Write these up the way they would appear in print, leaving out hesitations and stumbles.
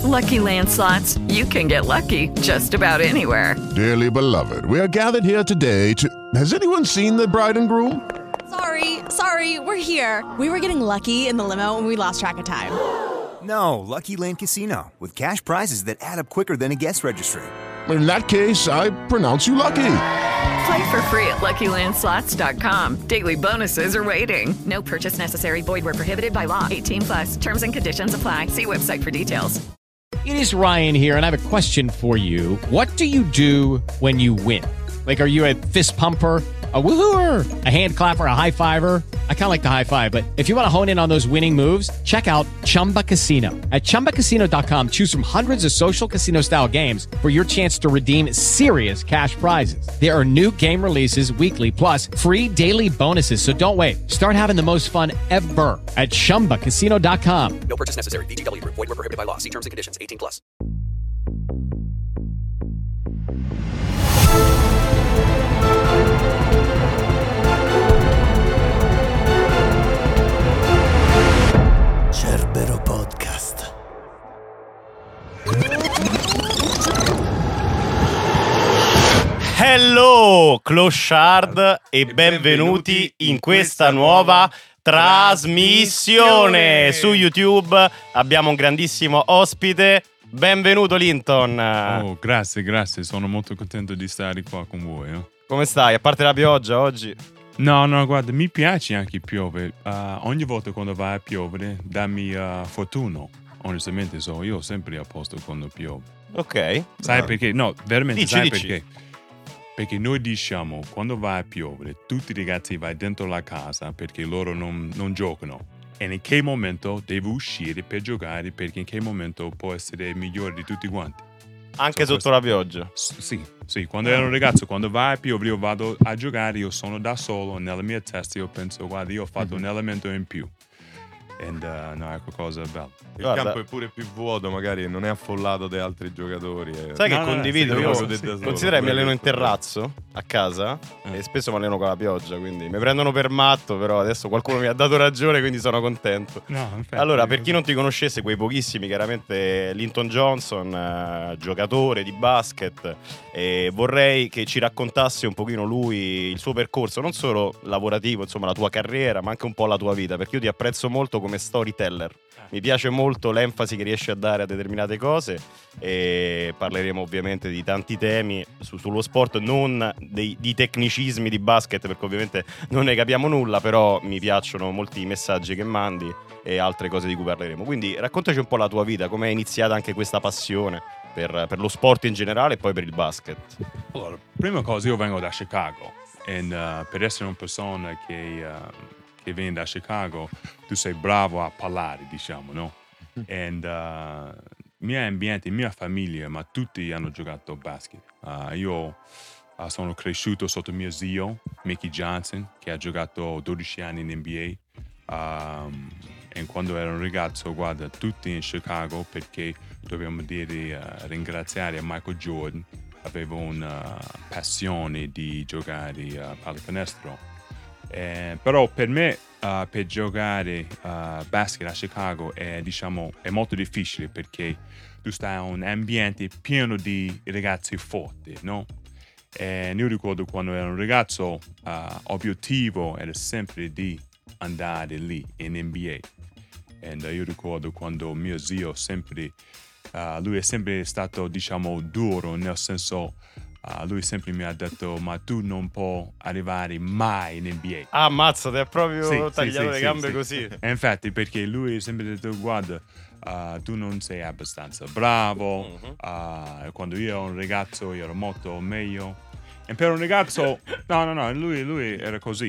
Lucky Land Slots, you can get lucky just about anywhere. Dearly beloved, we are gathered here today to... Has anyone seen the bride and groom? Sorry, we're here. We were getting lucky in the limo and we lost track of time. No, Lucky Land Casino, with cash prizes that add up quicker than a guest registry. In that case, I pronounce you lucky. Play for free at LuckyLandSlots.com. Daily bonuses are waiting. No purchase necessary. Void where prohibited by law. 18+. Terms and conditions apply. See website for details. It is Ryan here, and I have a question for you. What do you do when you win? Like, are you a fist pumper, a woohooer, a hand clapper, a high fiver? I kind of like the high five, but if you want to hone in on those winning moves, check out Chumba Casino. At ChumbaCasino.com, choose from hundreds of social casino-style games for your chance to redeem serious cash prizes. There are new game releases weekly, plus free daily bonuses, so don't wait. Start having the most fun ever at ChumbaCasino.com. No purchase necessary. VGW. Void where prohibited by law. See terms and conditions. 18+. Cerbero Podcast. Hello clochard e benvenuti in questa nuova trasmissione su YouTube. Abbiamo un grandissimo ospite. Benvenuto Linton. Oh, grazie, sono molto contento di stare qua con voi. Come stai? A parte la pioggia oggi? No, guarda, mi piace anche piovere. Ogni volta quando va a piovere, dammi fortuna. Onestamente, io sempre a posto quando piove. Ok. Sai perché? No, veramente, dici. perché? Perché noi diciamo, quando va a piovere, tutti i ragazzi vanno dentro la casa perché loro non giocano. E in che momento devo uscire per giocare, perché in che momento può essere migliore di tutti quanti. Anche sotto la pioggia? Sì, quando ero un ragazzo, quando va a piovere io vado a giocare, io sono da solo, nella mia testa io penso, guarda, io ho fatto un elemento in più. E no, è qualcosa bello. Il campo è pure più vuoto, magari non è affollato da altri giocatori. Sai che condivido? Io considera che mi alleno in solo. terrazzo a casa e spesso mi alleno con la pioggia, quindi mi prendono per matto, però adesso qualcuno mi ha dato ragione, quindi sono contento. No, infatti, allora, per chi non ti conoscesse, quei pochissimi, chiaramente Linton Johnson, giocatore di basket, e vorrei che ci raccontassi un pochino lui, il suo percorso, non solo lavorativo, insomma la tua carriera, ma anche un po' la tua vita, perché io ti apprezzo molto come storyteller. Mi piace molto l'enfasi che riesci a dare a determinate cose e parleremo ovviamente di tanti temi sullo sport, non di tecnicismi di basket, perché ovviamente non ne capiamo nulla, però mi piacciono molti i messaggi che mandi e altre cose di cui parleremo. Quindi raccontaci un po' la tua vita, come è iniziata anche questa passione per lo sport in generale e poi per il basket. Allora, prima cosa, io vengo da Chicago e per essere una persona che viene da Chicago, tu sei bravo a parlare, diciamo, no? E mio ambiente, mia famiglia, ma tutti hanno giocato basket. Io sono cresciuto sotto mio zio, Mickey Johnson, che ha giocato 12 anni in NBA. E quando ero un ragazzo, guarda, tutti in Chicago, perché dobbiamo ringraziare a Michael Jordan, avevo una passione di giocare a pallacanestro. Però per me per giocare basket a Chicago è molto difficile, perché tu stai in un ambiente pieno di ragazzi forti, no? E io ricordo quando ero un ragazzo, l'obiettivo era sempre di andare lì in NBA. E io ricordo quando mio zio lui è sempre stato, diciamo, duro, nel senso, lui sempre mi ha detto, ma tu non puoi arrivare mai in NBA. Ah, ammazza, ti ha proprio tagliato le gambe così. E infatti, perché lui ha sempre detto, guarda, tu non sei abbastanza bravo. Quando io ero un ragazzo io ero molto meglio. E per un ragazzo, no, lui era così.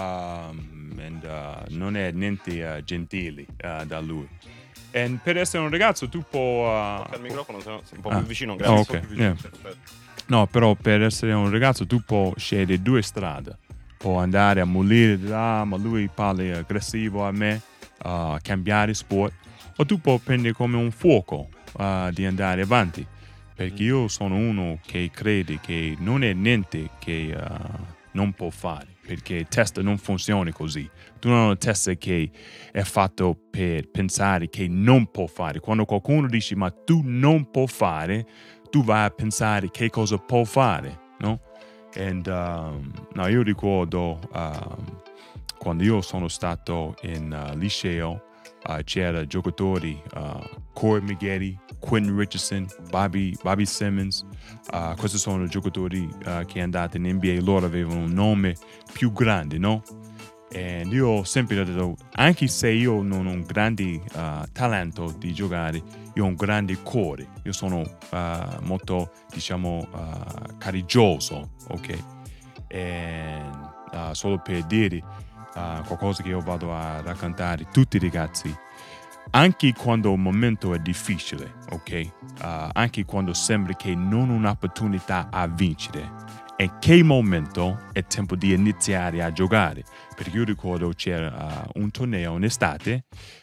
Non è niente gentile da lui. E per essere un ragazzo tu puoi... il microfono, sei un po' più vicino, grazie. Okay, yeah. No, però per essere un ragazzo tu puoi scegliere due strade. Puoi andare a morire di là, ma lui parla aggressivo a me, cambiare sport. O tu puoi prendere come un fuoco di andare avanti. Perché io sono uno che crede che non è niente che non può fare, perché il test non funziona così. Tu non hai un test che è fatto per pensare che non può fare. Quando qualcuno dice ma tu non puoi fare, tu vai a pensare che cosa può fare, no? No, io ricordo quando io sono stato in liceo, c'era giocatori Corey Maggette, Quentin Richardson, Bobby Simmons. Questi sono giocatori che andati in NBA, loro avevano un nome più grande, no? E io ho sempre detto, anche se io non ho un grande talento di giocare, io ho un grande cuore, io sono molto, diciamo, coraggioso, ok? E solo per dire qualcosa che io vado a raccontare a tutti i ragazzi, anche quando il momento è difficile, ok? Anche quando sembra che non ho un'opportunità a vincere, e che momento è tempo di iniziare a giocare. Perché io ricordo c'era un torneo in estate,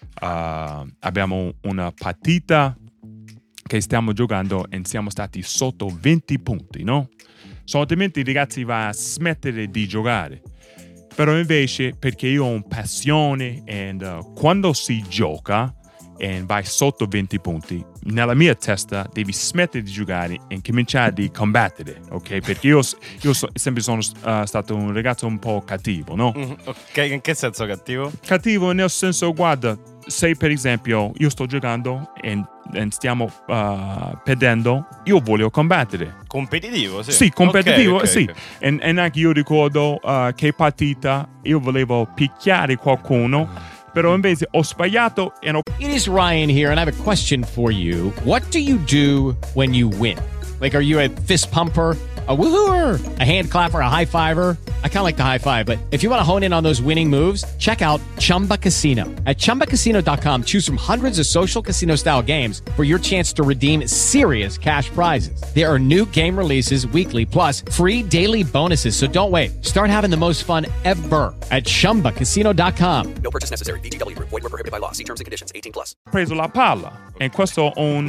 abbiamo una partita che stiamo giocando e siamo stati sotto 20 punti, no? Solitamente i ragazzi vanno a smettere di giocare, però invece perché io ho un passione e quando si gioca e vai sotto 20 punti, nella mia testa devi smettere di giocare e cominciare a combattere, ok? Perché io sempre sono stato un ragazzo un po' cattivo, no? Ok, in che senso cattivo? Cattivo nel senso, guarda, se per esempio io sto giocando e stiamo perdendo, io voglio combattere. Competitivo, sì. Sì, competitivo, okay, sì. Okay. E anche io ricordo che partita io volevo picchiare qualcuno, però invece ho sbagliato e It is Ryan here, and I have a question for you. What do you do when you win? Like, are you a fist pumper, a woohooer, a hand clapper, a high fiver? I kind of like the high five, but if you want to hone in on those winning moves, check out Chumba Casino. At ChumbaCasino.com, choose from hundreds of social casino-style games for your chance to redeem serious cash prizes. There are new game releases weekly, plus free daily bonuses. So don't wait. Start having the most fun ever at ChumbaCasino.com. No purchase necessary. VGW Group. Void where prohibited by law. See terms and conditions. 18+. preso la palla e questo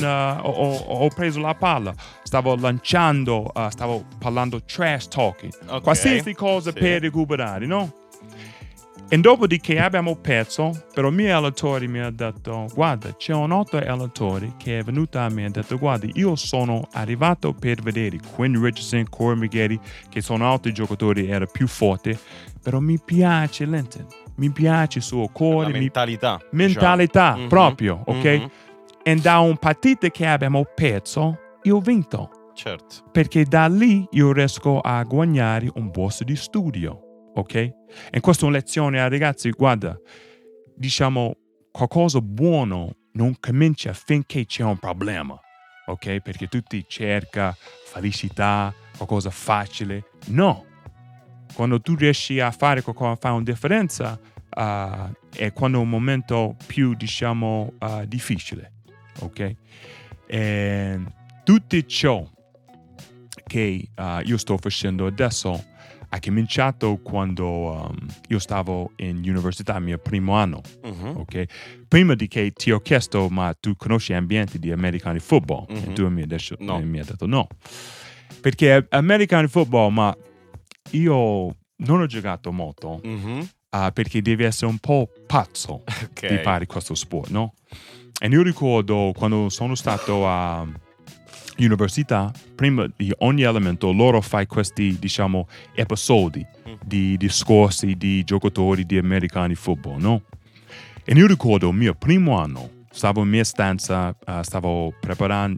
ho preso la palla, stavo lanciando, stavo parlando trash talking, Okay. qualsiasi cosa Sì. per recuperare, no? E dopodiché abbiamo perso, però il mio allenatore mi ha detto, guarda, c'è un altro allenatore che è venuto a me e ha detto, guarda, io sono arrivato per vedere Quentin Richardson, Corey Maggette, che sono altri giocatori, era più forte, però mi piace Linton, mi piace il suo cuore, La mentalità. mentalità diciamo. proprio, ok? Mhm. E da un partita che abbiamo perso, io ho vinto, Certo. perché da lì io riesco a guadagnare un borso di studio, ok? E questa è una lezione ai ragazzi, guarda, diciamo, qualcosa buono non comincia finché c'è un problema, ok? Perché tutti cercano felicità, qualcosa facile. No, quando tu riesci a fare qualcosa, a fare una differenza, è quando è un momento più, diciamo, difficile, ok? E tutto ciò che io sto facendo adesso ha cominciato quando io stavo in università, il mio primo anno, ok? Prima di che ti ho chiesto, ma tu conosci l'ambiente di American football? E tu mi hai detto no. Perché American football, ma io non ho giocato molto, perché devi essere un po' pazzo di fare questo sport, no? E io ricordo quando sono stato a università, prima di ogni elemento loro fai questi, diciamo, episodi di discorsi di giocatori di American football, no? E io ricordo il mio primo anno, stavo in mia stanza, stavo preparando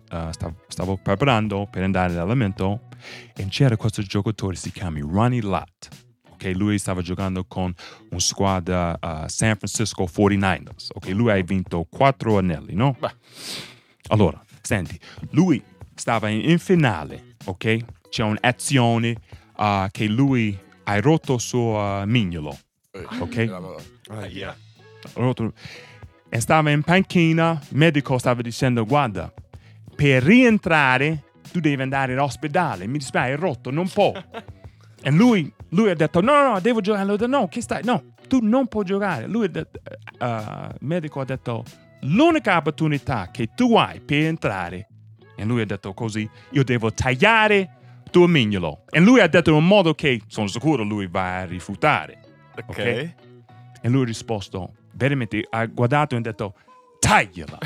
per andare all'elemento e c'era questo giocatore, si chiama Ronnie Lott. Okay, lui stava giocando con una squadra San Francisco 49ers. Okay, lui ha vinto 4 anelli, no? Allora, senti, lui stava in finale, ok? C'è un'azione che lui ha rotto il suo mignolo, ok? Rotto. E stava in panchina, il medico stava dicendo, guarda, per rientrare tu devi andare all'ospedale, mi dispiace, è rotto, non può. E lui ha detto, no, devo giocare. Lui ha detto, no, che stai? No, tu non puoi giocare. Lui ha detto, il medico ha detto, l'unica opportunità che tu hai per entrare, e lui ha detto così, io devo tagliare tu ammignalo. E lui ha detto in un modo che sono sicuro lui va a rifiutare. Ok. E lui ha risposto, veramente, ha guardato e ha detto, tagliala.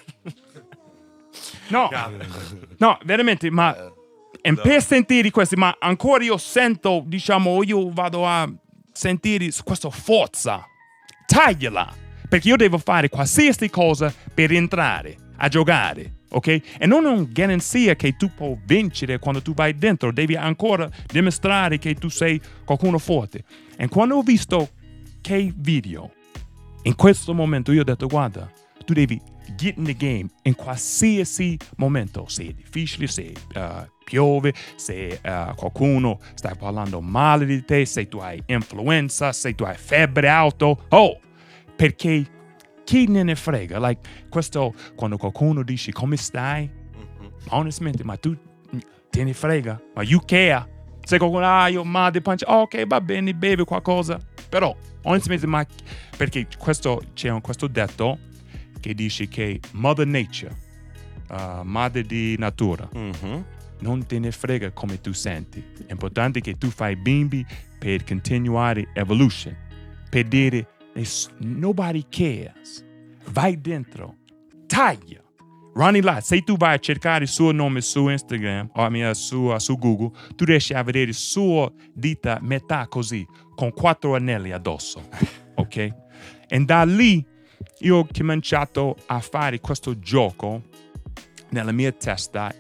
No, veramente, ma e per sentire questi, ma ancora io sento, diciamo, io vado a sentire questa forza. Tagliala, perché io devo fare qualsiasi cosa per entrare a giocare. Ok? E non è una garanzia che tu puoi vincere quando tu vai dentro, devi ancora dimostrare che tu sei qualcuno forte. E quando ho visto che video, in questo momento io ho detto, guarda, tu devi get in the game in qualsiasi momento, se è difficile, se piove, se qualcuno sta parlando male di te, se tu hai influenza, se tu hai febbre alta, perché chi ne frega? Like, questo, quando qualcuno dice come stai, onestamente, ma tu te ne frega? Ma you care? Se qualcuno, io mal di pancia, ok, va bene, bevi qualcosa. Però, onestamente, ma perché c'è questo detto che dice che Mother Nature, madre di natura, non te ne frega come tu senti. È importante che tu fai bimbi per continuare evolution, per dire nobody cares. Vai dentro, taglia. Ronnie Lott, se tu vai a cercare il suo nome su Instagram o su Google, tu riesci a vedere il suo dita metà così, con 4 anelli addosso. Ok? E da lì io ho cominciato a fare questo gioco nella mia testa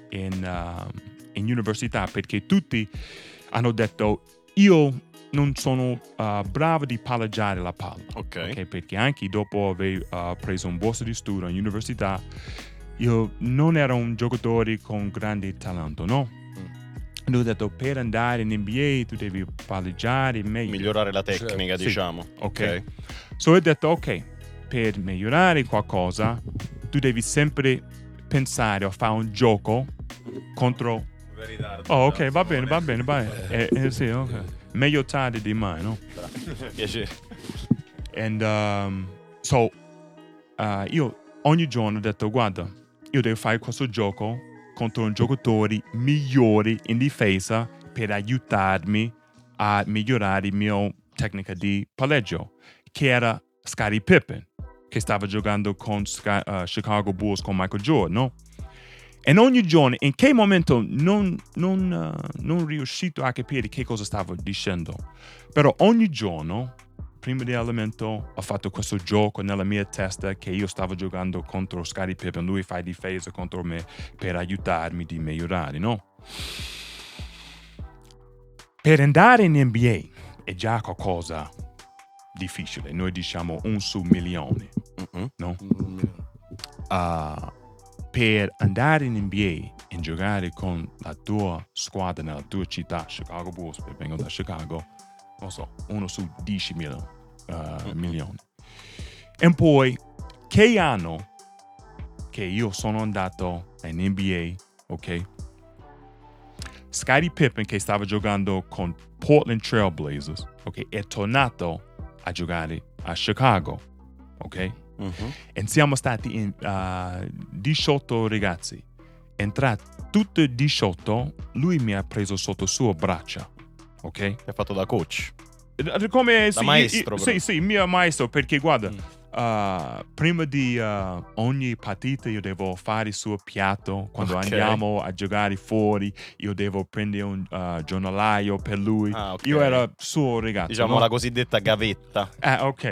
in università, perché tutti hanno detto io non sono bravo di palleggiare la palla. Ok, perché anche dopo aver preso un borsa di studio in università, io non ero un giocatore con grande talento, no? Lui ha detto, per andare in NBA tu devi palleggiare meglio. Migliorare la tecnica, diciamo. Sì. Ok. So ho detto, ok, per migliorare qualcosa tu devi sempre pensare a fare un gioco contro... Oh, ok, va bene. Sì, ok. Meglio tardi di mai, no? Piacere. And io ogni giorno ho detto, guarda, io devo fare questo gioco contro un giocatore migliore in difesa per aiutarmi a migliorare la mia tecnica di palleggio, che era Scottie Pippen, che stava giocando con Chicago Bulls con Michael Jordan, no? E ogni giorno, in che momento non riuscito a capire che cosa stavo dicendo, però ogni giorno, prima dell'allenamento, ho fatto questo gioco nella mia testa che io stavo giocando contro Scottie Pippen, lui fa difesa contro me per aiutarmi di migliorare, no? Per andare in NBA è già qualcosa difficile, noi diciamo 1 su milione, no? Per andare in NBA e giocare con la tua squadra nella tua città, Chicago Bulls, perché vengo da Chicago, non so, 1 su 10 milioni. E poi, che anno che io sono andato in NBA, ok? Scottie Pippen, che stava giocando con Portland Trail Blazers, ok? È tornato a giocare a Chicago, ok? E siamo stati in 18 ragazzi. Entrati tutti 18, lui mi ha preso sotto sue braccia, ok? È fatto da coach. Come da maestro. Sì, mio maestro, perché guarda, prima di ogni partita io devo fare il suo piatto. Quando andiamo a giocare fuori, io devo prendere un giornalaio per lui. Io ero suo ragazzo, diciamo, no? La cosiddetta gavetta. Ok.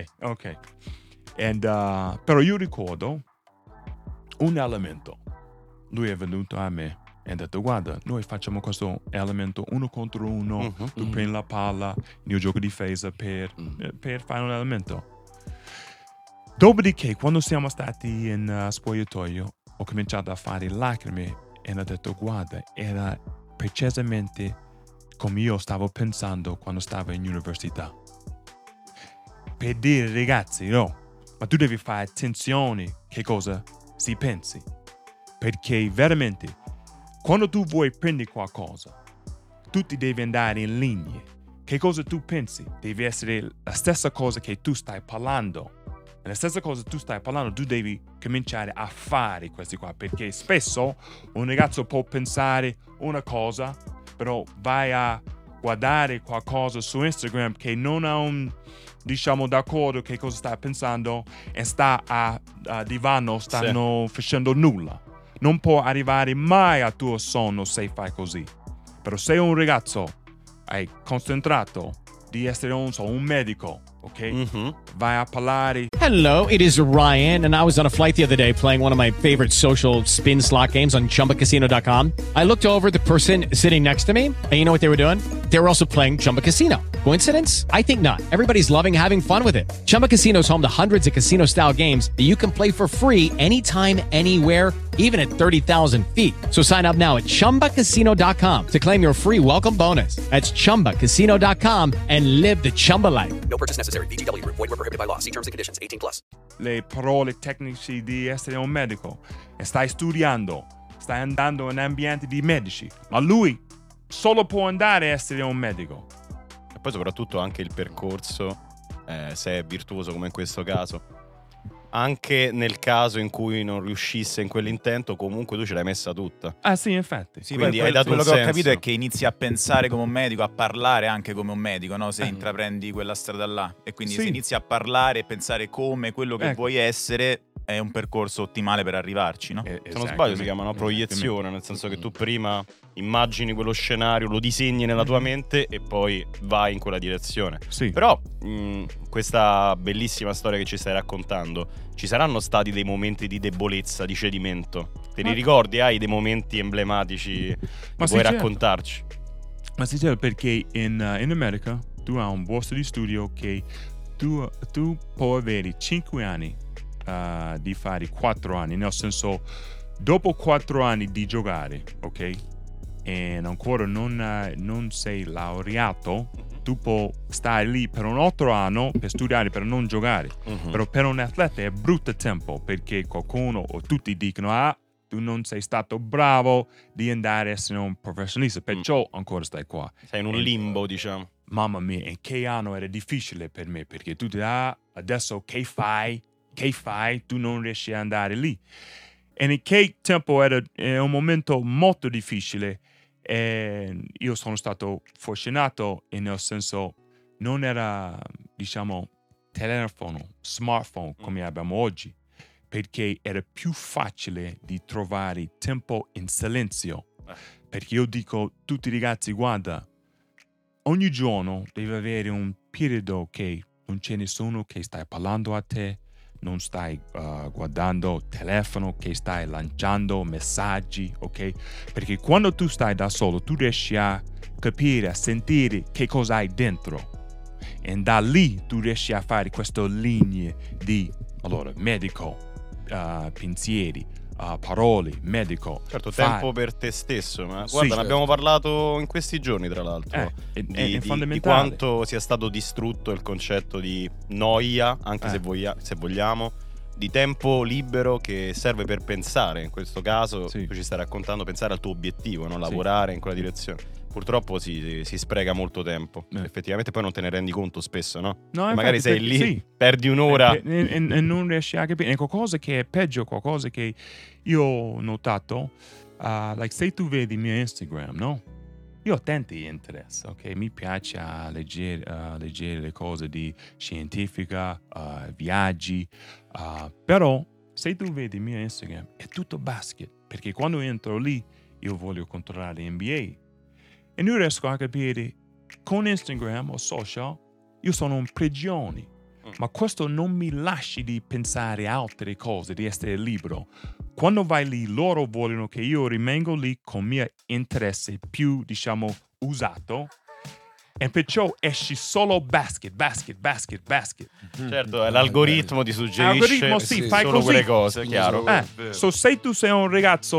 Però io ricordo un elemento. Lui è venuto a me e ha detto, guarda, noi facciamo questo elemento 1 contro 1, tu prendi la palla, io gioco difesa per fare un elemento. Dopodiché, quando siamo stati in spogliatoio, ho cominciato a fare lacrime e ho detto, guarda, era precisamente come io stavo pensando quando stavo in università. Per dire, ragazzi, no, ma tu devi fare attenzione che cosa si pensi, perché veramente quando tu vuoi prendere qualcosa tu ti devi andare in linea. Che cosa tu pensi deve essere la stessa cosa che tu stai parlando, e la stessa cosa tu stai parlando tu devi cominciare a fare questi qua, perché spesso un ragazzo può pensare una cosa però vai a guardare qualcosa su Instagram che non ha un, diciamo, d'accordo che cosa stai pensando e sta a divano, stanno facendo nulla. Non può arrivare mai al tuo sonno se fai così. Però se un ragazzo hai concentrato di essere un medico, ok? Vai a parlare. Hello, it is Ryan, and I was on a flight the other day playing one of my favorite social spin slot games on ChumbaCasino.com. I looked over at the person sitting next to me, and you know what they were doing? They were also playing Chumba Casino. Coincidence? I think not. Everybody's loving having fun with it. Chumba Casino is home to hundreds of casino-style games that you can play for free anytime, anywhere, even at 30,000 feet. So sign up now at ChumbaCasino.com to claim your free welcome bonus. That's ChumbaCasino.com and live the Chumba life. No purchase necessary. VGW Group. Void were prohibited by law. See terms and conditions. 18+. Le parole tecnici di essere un medico e stai studiando, stai andando in ambienti di medici, ma lui solo può andare a essere un medico. E poi soprattutto anche il percorso, se è virtuoso come in questo caso, anche nel caso in cui non riuscisse in quell'intento, comunque tu ce l'hai messa tutta. Ah sì, infatti. Sì, quindi poi hai dato quello un che ho senso. capito è che inizi a pensare come un medico, a parlare anche come un medico, no? Se intraprendi quella strada là. E quindi Sì. se inizi a parlare e pensare come quello che Ecco. vuoi essere, è un percorso ottimale per arrivarci, no? Se non sbaglio si chiama una proiezione, nel senso che tu prima immagini quello scenario, lo disegni nella tua mente e poi vai in quella direzione. Sì. Però questa bellissima storia che ci stai raccontando, ci saranno stati dei momenti di debolezza, di cedimento? Te li ricordi? Hai dei momenti emblematici che Ma sì, vuoi certo. raccontarci? Ma sì, certo, perché in America tu hai un borso di studio che tu puoi avere 5 anni di fare 4 anni, nel senso dopo 4 anni di giocare, ok? E ancora non sei laureato, tu puoi stare lì per un altro anno per studiare, per non giocare. Però per un atleta è brutto tempo perché qualcuno o tutti dicono tu non sei stato bravo di andare a essere un professionista, perciò ancora stai qua. Sei in un limbo, diciamo. Mamma mia, e che anno era difficile per me perché tu ti adesso che fai? Tu non riesci ad andare lì. E in che tempo era un momento molto difficile e io sono stato fortunato nel senso non era, diciamo, telefono, smartphone come abbiamo oggi, perché era più facile di trovare tempo in silenzio. Perché io dico a tutti i ragazzi, guarda, ogni giorno devi avere un periodo che non c'è nessuno che stai parlando a te, non stai guardando il telefono, che stai lanciando messaggi, ok? Perché quando tu stai da solo, tu riesci a capire, a sentire che cosa hai dentro. E da lì tu riesci a fare queste linee di, allora, medico, pensieri, parole, medico. Certo, fare. tempo per te stesso. Ma Sì, guarda, ne abbiamo parlato in questi giorni, tra l'altro, è di fondamentale. quanto sia stato distrutto il concetto di noia, anche se vogliamo, di tempo libero che serve per pensare. In questo caso, tu ci stai raccontando, pensare al tuo obiettivo, no? Lavorare in quella direzione. Purtroppo si spreca molto tempo. Effettivamente poi non te ne rendi conto spesso, no? No, E magari sei infatti, lì, perdi un'ora. E non riesci a capire. È qualcosa che è peggio, qualcosa che io ho notato. Like se tu vedi il mio Instagram, no? Io ho tanti interessi, ok? Mi piace leggere le cose di scientifica, viaggi. Però se tu vedi il mio Instagram è tutto basket. Perché quando entro lì io voglio controllare NBA. E non riesco a capire, con Instagram o social, io sono un prigione. Ma questo non mi lasci di pensare a altre cose, di essere libero. Quando vai lì, loro vogliono che io rimango lì con il mio interesse più, diciamo, usato. E perciò esci solo basket. Certo, l'algoritmo ti suggerisce fai solo così. quelle cose, chiaro. Se tu sei un ragazzo,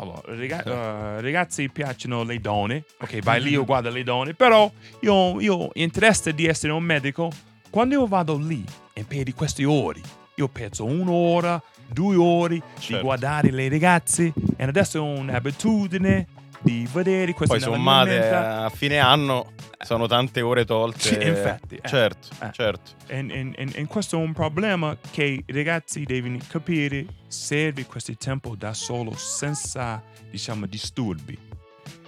ragazzi piacciono le donne, ok, vai lì, io guardo le donne, però io interesse di essere un medico. Quando io vado lì e per queste ore, io penso 1 ora, 2 ore di guardare le ragazze e adesso è un'abitudine di vedere queste poi sommate a fine anno sono tante ore tolte. Sì, infatti. Certo. E questo è un problema che i ragazzi devono capire. Serve questo tempo da solo senza, diciamo, disturbi.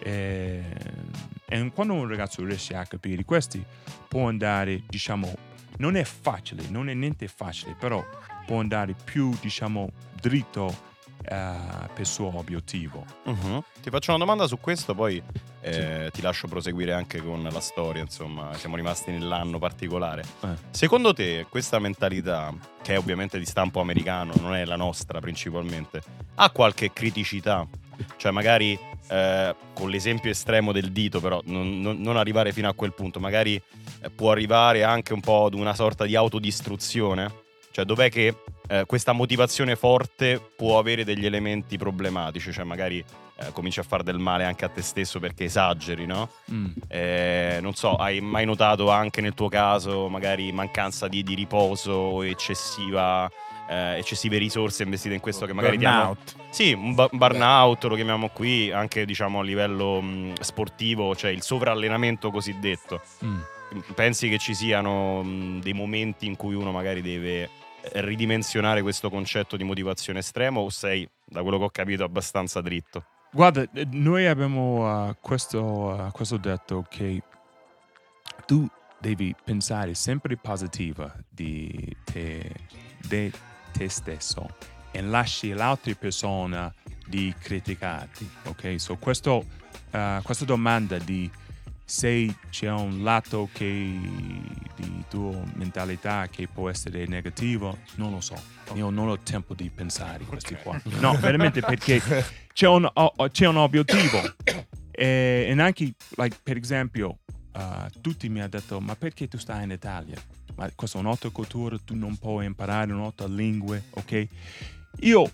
E quando un ragazzo riesce a capire questi, può andare, diciamo, non è facile, non è niente facile, però può andare più, diciamo, dritto per il suo obiettivo. Ti faccio una domanda su questo, poi ti lascio proseguire anche con la storia, insomma, siamo rimasti nell'anno particolare. Secondo te questa mentalità, che è ovviamente di stampo americano, non è la nostra principalmente, ha qualche criticità? Cioè magari con l'esempio estremo del dito, però non arrivare fino a quel punto, magari può arrivare anche un po' ad una sorta di autodistruzione? Cioè dov'è che questa motivazione forte può avere degli elementi problematici? Cioè magari cominci a fare del male anche a te stesso perché esageri, no? Non so, hai mai notato anche nel tuo caso magari mancanza di riposo, eccessive risorse investite in questo che magari burnout. Sì, un burnout lo chiamiamo qui, anche diciamo a livello sportivo, cioè il sovrallenamento cosiddetto. Pensi che ci siano dei momenti in cui uno magari deve ridimensionare questo concetto di motivazione estremo, o sei, da quello che ho capito, abbastanza dritto? Guarda, noi abbiamo questo detto che tu devi pensare sempre positiva di te stesso e lasci l'altra persona di criticarti, ok? So questa domanda di se c'è un lato di tua mentalità che può essere negativo, non lo so. Io non ho tempo di pensare questi qua. No, veramente, perché c'è un obiettivo. E anche, per esempio, tutti mi hanno detto, ma perché tu stai in Italia? Ma questa è un'altra cultura, tu non puoi imparare un'altra lingua, ok? Io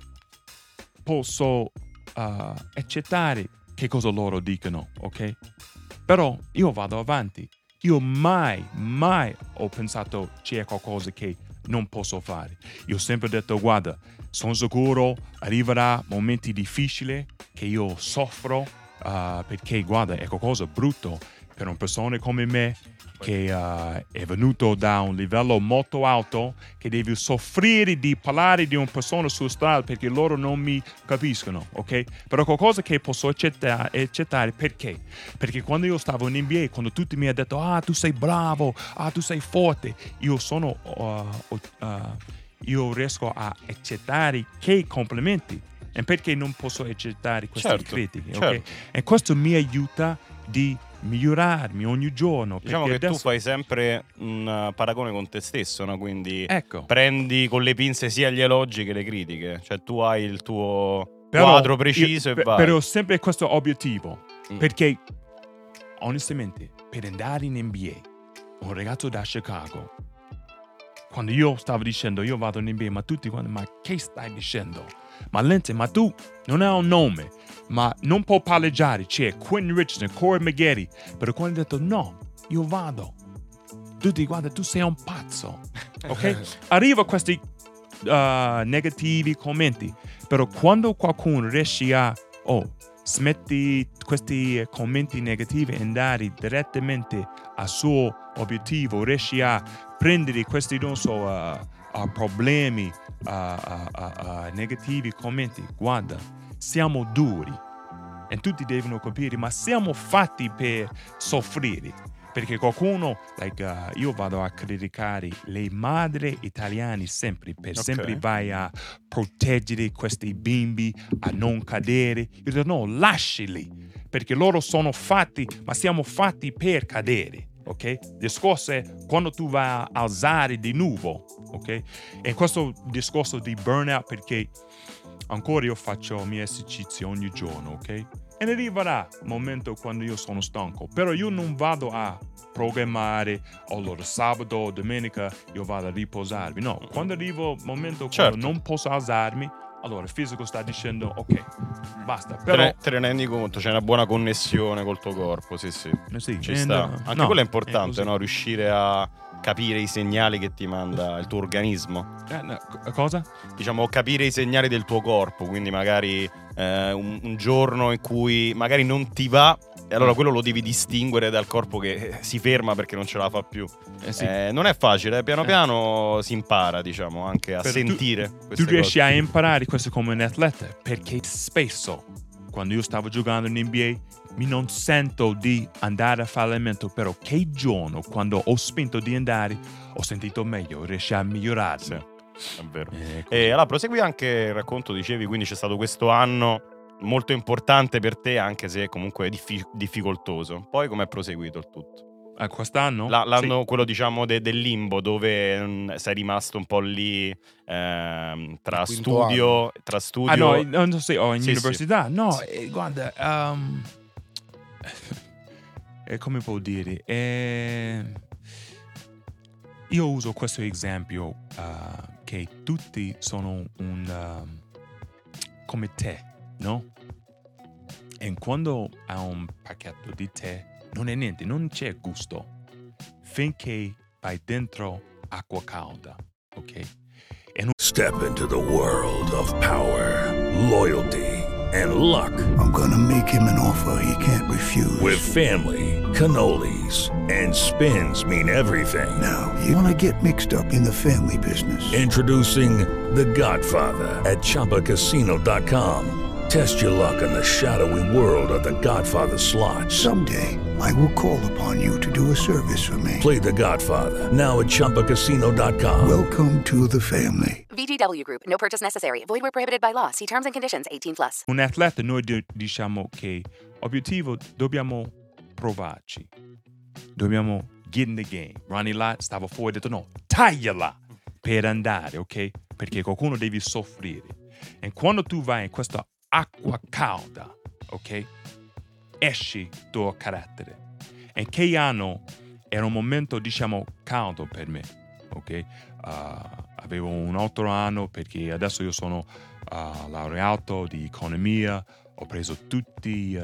posso accettare che cosa loro dicono, ok? Però io vado avanti. Io mai ho pensato c'è qualcosa che non posso fare. Io ho sempre detto, guarda, sono sicuro arriverà momenti difficili che io soffro perché, guarda, è qualcosa brutto per una persona come me che è venuto da un livello molto alto, che deve soffrire di parlare di una persona sulla strada perché loro non mi capiscono, ok? Però qualcosa che posso accettare perché? Perché quando io stavo in NBA, quando tutti mi hanno detto tu sei bravo, tu sei forte, io riesco a accettare che complimenti. E perché non posso accettare queste critiche, ok? Certo. E questo mi aiuta di migliorarmi ogni giorno. Diciamo che tu fai sempre un paragone con te stesso, no? Quindi ecco, prendi con le pinze sia gli elogi che le critiche. Cioè tu hai il tuo quadro preciso e vai. Però ho sempre questo obiettivo. Perché, onestamente, per andare in NBA, un ragazzo da Chicago, quando io stavo dicendo io vado in NBA, ma tutti quando, ma che stai dicendo? Ma Lindsay, ma tu non hai un nome, ma non può palleggiare, c'è Quentin Richardson, Corey Maggette. Però quando ho detto no, io vado, tutti guarda, tu sei un pazzo, ok? Arriva questi negativi commenti, però quando qualcuno riesce a smetti questi commenti negativi e andare direttamente al suo obiettivo, riesci a prendere questi non so problemi negativi commenti, guarda, siamo duri e tutti devono capire, ma siamo fatti per soffrire, perché qualcuno io vado a criticare le madri italiane sempre, sempre vai a proteggere questi bimbi a non cadere. Io dico no, lasciali, perché loro sono fatti, ma siamo fatti per cadere. Ok? Il discorso è quando tu vai a alzare di nuovo, ok? E questo discorso di burnout, perché ancora io faccio i miei esercizi ogni giorno, ok? E ne arriverà il momento quando io sono stanco, però io non vado a programmare, allora sabato o domenica io vado a riposarmi, no, quando arrivo il momento quando non posso alzarmi, allora il fisico sta dicendo ok, basta. Però te ne rendi conto, c'è una buona connessione col tuo corpo, sì, ci sta. Anche quello è importante, no? Riuscire a capire i segnali che ti manda il tuo organismo. Cosa? Diciamo, capire i segnali del tuo corpo, quindi magari un giorno in cui magari non ti va, e allora quello lo devi distinguere dal corpo che si ferma perché non ce la fa più. Non è facile, piano piano si impara, diciamo, anche a sentire queste tu riesci cose. a imparare questo come un atleta, perché spesso quando io stavo giocando in NBA, mi non sento di andare a fare allenamento, però che giorno, quando ho spinto di andare, ho sentito meglio, riesci a migliorare. Sì, è vero. E allora prosegui anche il racconto, dicevi, quindi c'è stato questo anno molto importante per te, anche se comunque difficoltoso. Poi com'è proseguito il tutto? Quest'anno? L'anno, quello diciamo del limbo, dove sei rimasto un po' lì tra studio. No, sì, in università. Sì. No, guarda, come può dire? Io uso questo esempio che tutti sono come te, no? E quando hai un pacchetto di tè, non è niente, non c'è gusto finché vai dentro acqua calda, ok? Step into the world of power, loyalty, and luck. I'm gonna make him an offer he can't refuse. With family, cannolis, and spins mean everything. Now, you wanna get mixed up in the family business. Introducing The Godfather at ChumbaCasino.com. Test your luck in the shadowy world of The Godfather slot. Someday, I will call upon you to do a service for me. Play The Godfather, now at ChumbaCasino.com. Welcome to the family. VGW Group. No purchase necessary. Void where prohibited by law. See terms and conditions. 18+. Un atleta, noi diciamo che obiettivo dobbiamo provarci. Dobbiamo get in the game. Ronnie Lott stava fuori e ha detto no, tagliala per andare, ok? Perché qualcuno deve soffrire. E quando tu vai in questa acqua calda, ok? Esci tuo carattere. E che anno era un momento, diciamo, caldo per me, ok? Avevo un altro anno perché adesso io sono laureato di economia, ho preso tutti,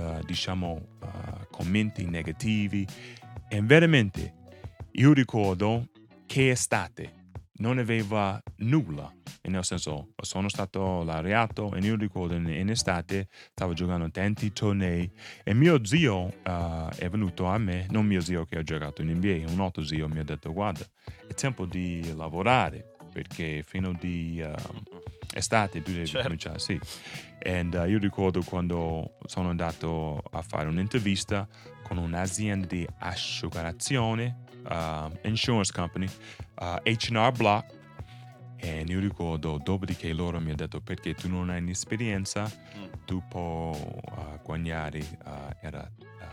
commenti negativi e veramente io ricordo che estate non aveva nulla, e nel senso sono stato laureato e io ricordo in estate stavo giocando tanti tornei e mio zio è venuto a me, non mio zio che ha giocato in NBA, un altro zio mi ha detto guarda è tempo di lavorare perché fino di estate tu devi cominciare, sì. E io ricordo quando sono andato a fare un'intervista con un'azienda di assicurazione, insurance company, H&R Block, e io ricordo dopodiché loro mi hanno detto perché tu non hai esperienza, tu puoi guadagnare era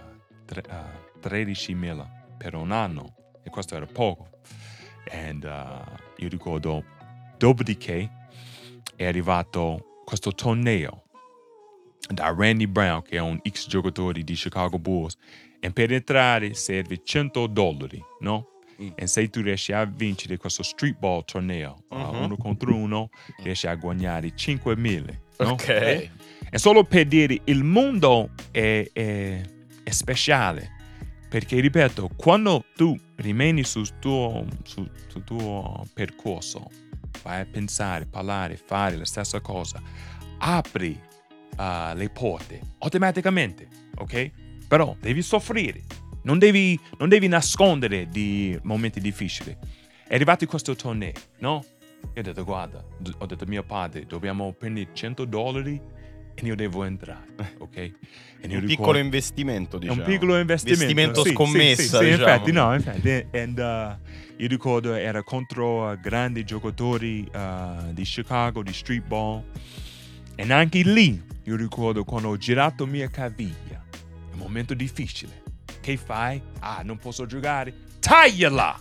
13.000 per un anno e questo era poco. E io ricordo dopodiché è arrivato questo torneo da Randy Brown che è un ex giocatore di Chicago Bulls e per entrare serve $100, no? E se tu riesci a vincere questo street ball torneo uno contro uno riesci a guadagnare 5.000, no? Ok. E solo per dire il mondo è speciale perché ripeto quando tu rimani sul tuo percorso vai a pensare, parlare, fare la stessa cosa apri le porte automaticamente, ok? Però devi soffrire. Non devi nascondere di momenti difficili. È arrivato questo torneo, no? Io ho detto, guarda, ho detto a mio padre, dobbiamo prendere $100 e io devo entrare, ok? E un piccolo investimento, diciamo. Un piccolo investimento. Scommessa, sì, diciamo. Infatti. Io ricordo era contro grandi giocatori di Chicago, di street ball. E anche lì, io ricordo quando ho girato mia caviglia, un momento difficile. Che fai? Non posso giocare. Tagliala!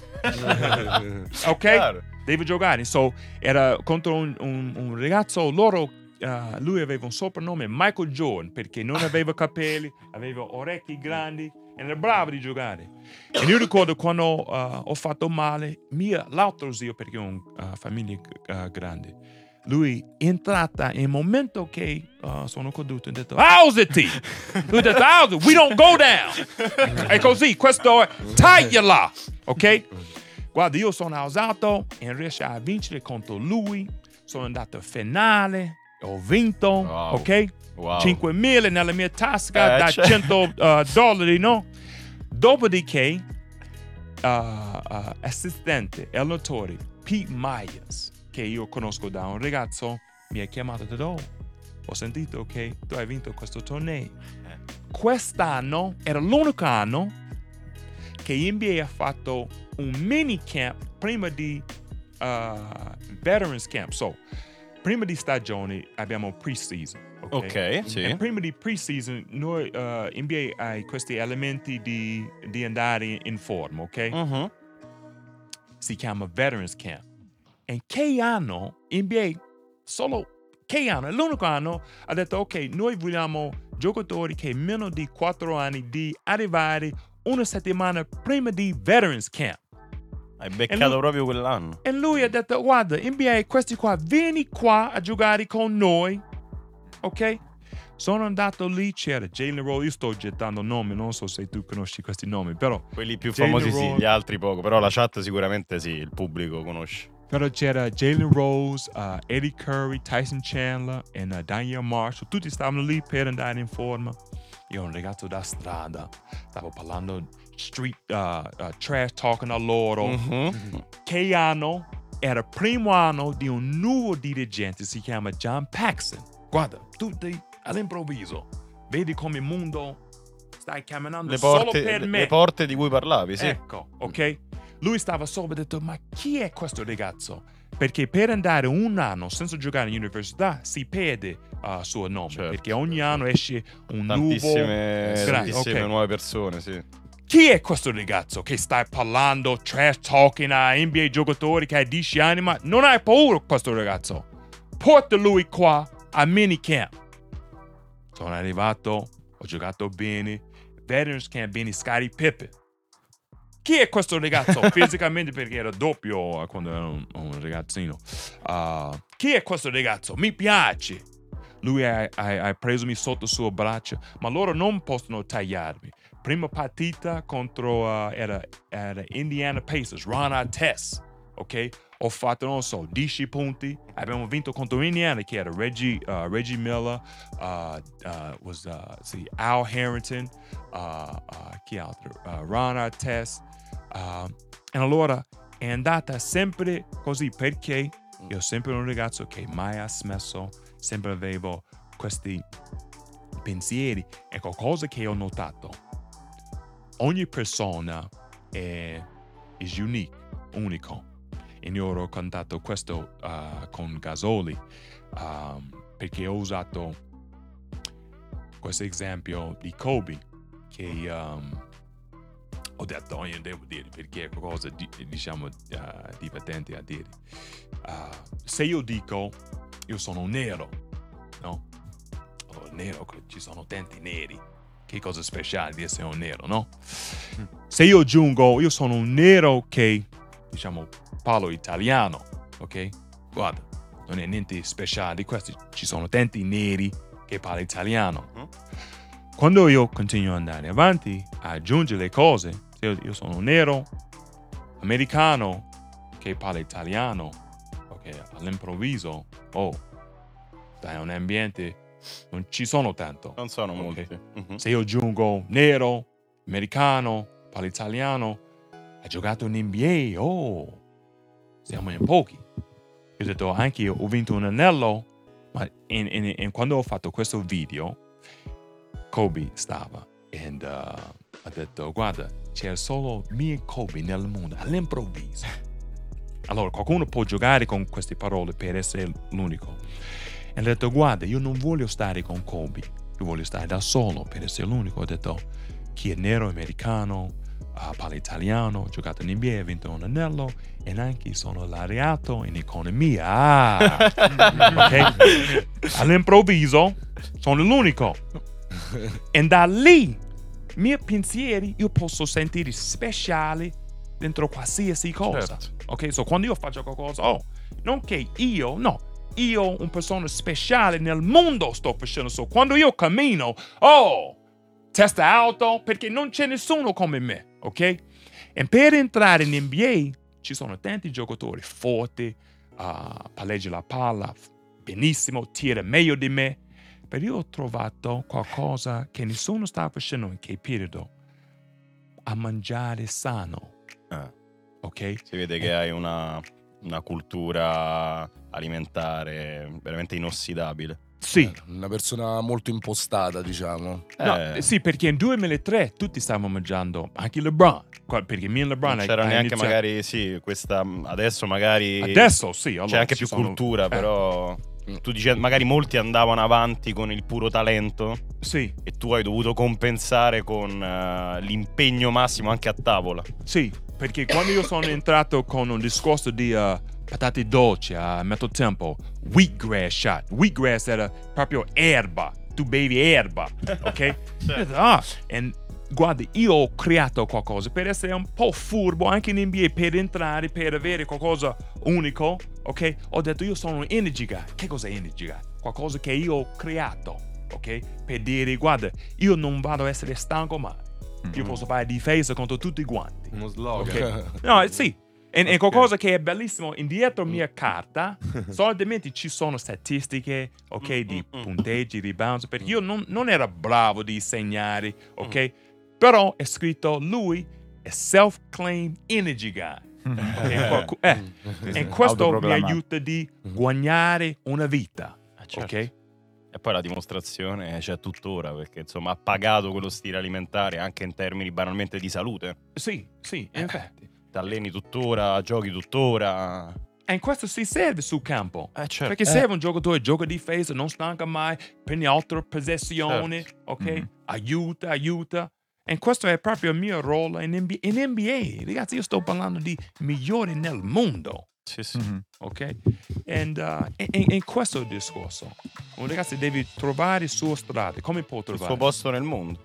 Ok? Claro. Devo giocare. So, era contro un ragazzo, lui aveva un soprannome Michael Jordan perché non aveva capelli, aveva orecchie grandi e era bravo di giocare. E io ricordo quando ho fatto male, l'altro zio, perché ho una famiglia grande, lui è entrata in un momento che sono caduto e ha detto alzati, lui ha detto alzati, we don't go down, è così, questo è tagliala, ok? Guarda, io sono alzato e riesco a vincere contro lui, sono andato a finale, ho vinto, ok? Wow. 5.000 nella mia tasca da $100, no? Dopodiché assistente allenatore Pete Myers che io conosco da un ragazzo mi ha chiamato e ha detto ho sentito che tu hai vinto questo torneo. Quest'anno era l'unico anno che NBA ha fatto un mini camp prima di Veterans Camp. So, prima di stagione abbiamo pre-season. Ok, sì. E prima di pre-season noi NBA ha questi elementi di andare in forma, ok? Si chiama Veterans Camp. E che anno NBA è l'unico anno ha detto ok, noi vogliamo giocatori che meno di 4 anni di arrivare una settimana prima di Veterans Camp. Hai beccato proprio quell'anno. E lui ha detto guarda, NBA, questi qua, vieni qua a giocare con noi, ok? Sono andato lì, c'era Jalen Rose, io sto gettando nomi, non so se tu conosci questi nomi, però quelli più Jalen famosi Rose, sì, gli altri poco, però la chat sicuramente sì, il pubblico conosce. Però c'era Jalen Rose, Eddie Curry, Tyson Chandler e Daniel Marshall. Tutti stavano lì per andare in forma. Io ero un ragazzo da strada, stavo parlando street trash talking a loro. Che anno? Era il primo anno di un nuovo dirigente, si chiama John Paxson. Guarda, tutti all'improvviso, vedi come il mondo stai camminando solo per me. Le porte di cui parlavi, sì. Ecco, ok? Lui stava sopra e ha detto, ma chi è questo ragazzo? Perché per andare un anno senza giocare in università si perde il suo nome, perché ogni anno esce un tantissime nuove persone, sì. Chi è questo ragazzo che stai parlando trash talking a NBA giocatori che ha 10 anni, ma non hai paura questo ragazzo? Porta lui qua a minicamp. Sono arrivato, ho giocato bene, Veterans Camp bene, Scottie Pippen. Chi è questo ragazzo? Fisicamente perché era doppio quando era un ragazzino. Chi è questo ragazzo? Mi piace. Lui ha preso sotto il suo braccio, ma loro non possono tagliarmi. Prima partita contro era Indiana Pacers, Ron Artest, ok? Ho fatto, non so, 10 punti. Abbiamo vinto contro Indiana, che era Reggie Miller, Al Harrington, chi altro? Ron Artest. E allora è andata sempre così perché io sempre un ragazzo che mai ha smesso, sempre avevo questi pensieri. E qualcosa che ho notato: ogni persona è unico. E io ho raccontato questo con Gasoli perché ho usato questo esempio di Kobe che ho detto io devo dire perché è qualcosa divertente a dire. Se io dico io sono nero, no? Nero, ci sono tanti neri. Che cosa speciale di essere un nero, no? Se io aggiungo io sono un nero che parlo italiano, ok? Guarda, non è niente speciale di questo, ci sono tanti neri che parlano italiano. Quando io continuo ad andare avanti a aggiungere le cose, se io sono un nero americano che parla italiano, ok, all'improvviso, stai in un ambiente non ci sono tanto. Non sono molti. Se io aggiungo nero, americano, parla italiano, ha giocato in NBA, siamo in pochi. Io ho detto anche io ho vinto un anello, ma quando ho fatto questo video Kobe stava e ha detto guarda, c'è solo me e Kobe nel mondo all'improvviso. Allora qualcuno può giocare con queste parole per essere l'unico. E ha detto guarda, io non voglio stare con Kobe, io voglio stare da solo per essere l'unico. Ho detto chi è nero, americano, parla italiano, ho giocato in NBA, ha vinto un anello e anche sono laureato in economia. Ok? All'improvviso sono l'unico. E da lì, i miei pensieri, io posso sentire speciali dentro qualsiasi cosa. Certo. Ok? So quando io faccio qualcosa, non che io, un persona speciale nel mondo sto facendo. So quando io cammino, testa alto, perché non c'è nessuno come me, ok? E per entrare in NBA ci sono tanti giocatori forti, palleggia la palla benissimo, tira meglio di me. Però io ho trovato qualcosa che nessuno sta facendo in che periodo: a mangiare sano. Ok? Si vede che hai una cultura alimentare veramente inossidabile. Sì. Una persona molto impostata, diciamo. No, sì, perché in 2003 tutti stavano mangiando anche LeBron, perché me e LeBron Non c'era ha neanche iniziato. magari, sì, questa adesso magari Adesso sì, allora c'è anche ci più sono- cultura, però tu dici magari molti andavano avanti con il puro talento. Sì. E tu hai dovuto compensare con l'impegno massimo anche a tavola. Sì, perché quando io sono entrato con un discorso di patate dolci a metà tempo, wheatgrass shot. Wheatgrass era proprio erba, tu bevi erba, ok? E guarda, io ho creato qualcosa per essere un po' furbo anche in NBA, per entrare, per avere qualcosa unico, ok? Ho detto io sono un energy guy. Che cos'è energy guy? Qualcosa che io ho creato, ok? Per dire, guarda, io non vado a essere stanco mai. Io posso fare difesa contro tutti i guanti. Uno slogan. Ok? No, sì. E qualcosa che è bellissimo, indietro mia carta, solitamente ci sono statistiche, ok, di punteggi, rebounds, perché io non ero bravo di segnare, ok? Però è scritto, lui è self-claimed energy guy. E questo mi aiuta di guadagnare una vita, certo. ok? E poi la dimostrazione c'è tuttora, perché insomma ha pagato quello stile alimentare anche in termini banalmente di salute. Sì, infatti. Ti alleni tuttora, giochi tuttora. E in questo si serve sul campo. Certo. Perché serve un giocatore, gioca difesa, non stanca mai, prende altre possessioni, ok? Aiuta. E questo è proprio il mio ruolo in NBA. In NBA, ragazzi, io sto parlando di migliori nel mondo. Sì. Ok? E questo è il discorso. Un ragazzo deve trovare il suo strada. Come può Il trovare? suo posto nel mondo.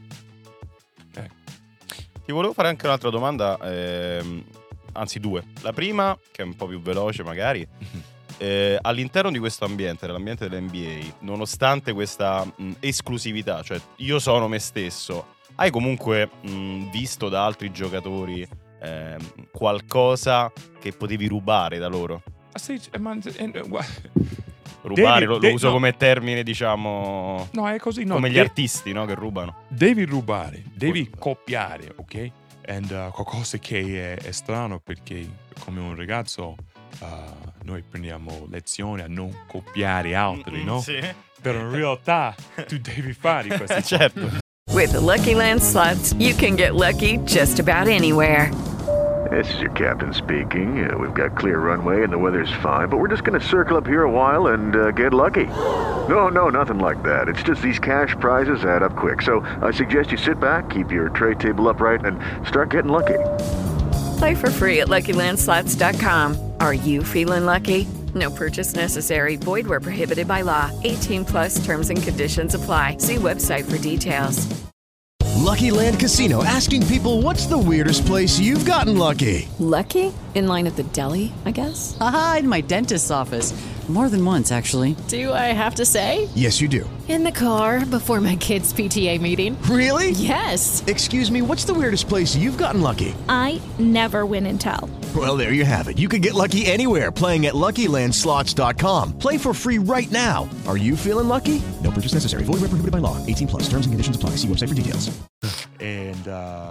Ti volevo fare anche un'altra domanda, anzi due. La prima, che è un po' più veloce magari, all'interno di questo ambiente, nell'ambiente dell'NBA, nonostante questa esclusività, cioè io sono me stesso, hai comunque visto da altri giocatori qualcosa che potevi rubare da loro? Sì, ma rubare lo uso come termine, diciamo. No, è così, no. Come gli artisti, no, che rubano. Devi rubare, devi copiare, ok? E qualcosa che è strano, perché come un ragazzo noi prendiamo lezioni a non copiare altri, no? Sì. Però in realtà tu devi fare queste cose. Certo. With the Lucky Land Slots, you can get lucky just about anywhere. This is your captain speaking. We've got clear runway and the weather's fine, but we're just going to circle up here a while and get lucky. No, nothing like that. It's just these cash prizes add up quick. So I suggest you sit back, keep your tray table upright, and start getting lucky. Play for free at LuckyLandSlots.com. Are you feeling lucky? No purchase necessary. Void where prohibited by law. 18 plus terms and conditions apply. See website for details. Lucky Land Casino, asking people, what's the weirdest place you've gotten lucky? Lucky? In line at the deli, I guess? Aha, in my dentist's office. More than once, actually. Do I have to say? Yes, you do. In the car before my kids' PTA meeting. Really? Yes. Excuse me, what's the weirdest place you've gotten lucky? I never win and tell. Well, there you have it. You can get lucky anywhere, playing at LuckyLandSlots.com. Play for free right now. Are you feeling lucky? No purchase necessary. Void where prohibited by law. 18 plus. Terms and conditions apply. See website for details. And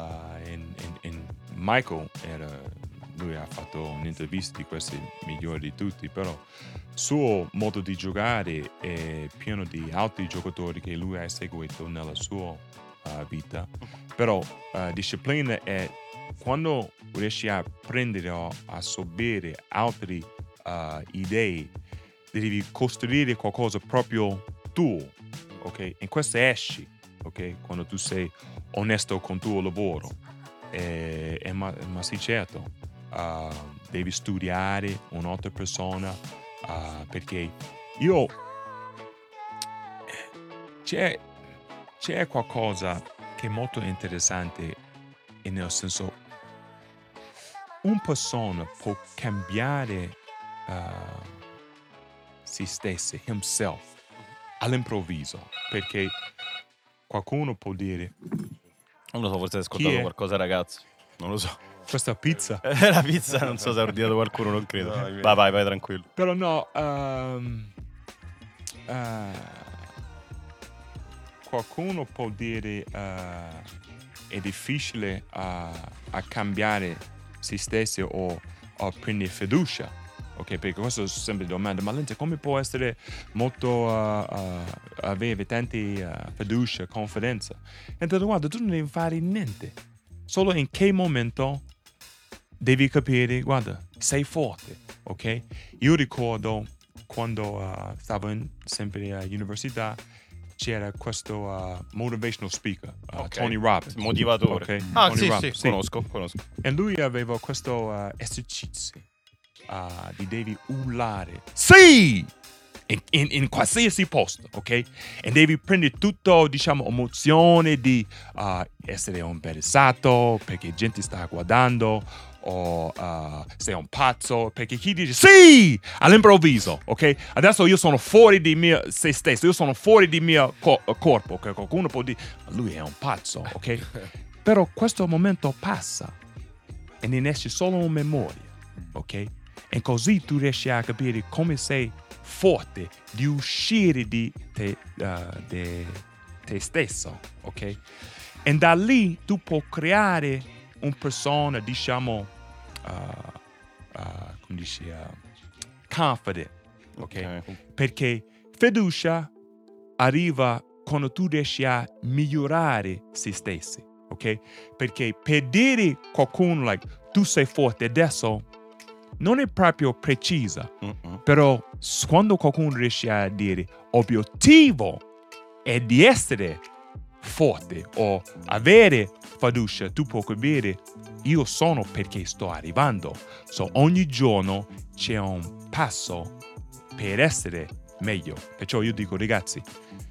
Michael lui ha fatto un'intervista di questi migliori di tutti, però il suo modo di giocare è pieno di altri giocatori che lui ha seguito nella sua vita. Però disciplina è quando riesci a prendere o assorbire altre idee, devi costruire qualcosa proprio tuo, ok? E questo esci, ok? Quando tu sei onesto con il tuo lavoro. Ma sì, certo, devi studiare un'altra persona, perché c'è qualcosa che è molto interessante, e nel senso, una persona può cambiare se stessa, himself, all'improvviso, perché qualcuno può dire, non lo so, forse hai ascoltato qualcosa, ragazzo, non lo so. Questa pizza? La pizza, non so se ha ordinato qualcuno, non credo. No, vai tranquillo. Però no, qualcuno può dire è difficile a cambiare se stesso o a prendere fiducia, ok? Perché questo è sempre domanda, ma Lindsay, come può essere molto avere tanti fiducia, confidenza? E detto, guarda, tu non devi fare niente, solo in che momento devi capire, guarda, sei forte, ok? Io ricordo quando stavo sempre all'università, c'era questo motivational speaker, Tony Robbins. Motivatore. Okay? Ah, Tony Robbins, sì, conosco. E lui aveva questo esercizio di devi urlare sì! In qualsiasi posto, ok? E devi prendere tutto, diciamo, emozione di essere interessato perché gente sta guardando, o sei un pazzo perché chi dice sì all'improvviso, ok? Adesso io sono fuori di se stesso, io sono fuori di mio corpo, ok? Qualcuno può dire lui è un pazzo, ok? Però questo momento passa e ne esce solo una memoria, ok? E così tu riesci a capire come sei forte di uscire di te stesso, ok? E da lì tu puoi creare una persona, diciamo, come dici, confident, ok? Perché fiducia arriva quando tu riesci a migliorare se stessi, ok? Perché per dire a qualcuno, like, tu sei forte adesso, non è proprio precisa, però quando qualcuno riesce a dire obiettivo è di essere forte o avere fiducia, tu puoi capire io sono perché sto arrivando. So ogni giorno c'è un passo per essere meglio. Perciò io dico, ragazzi,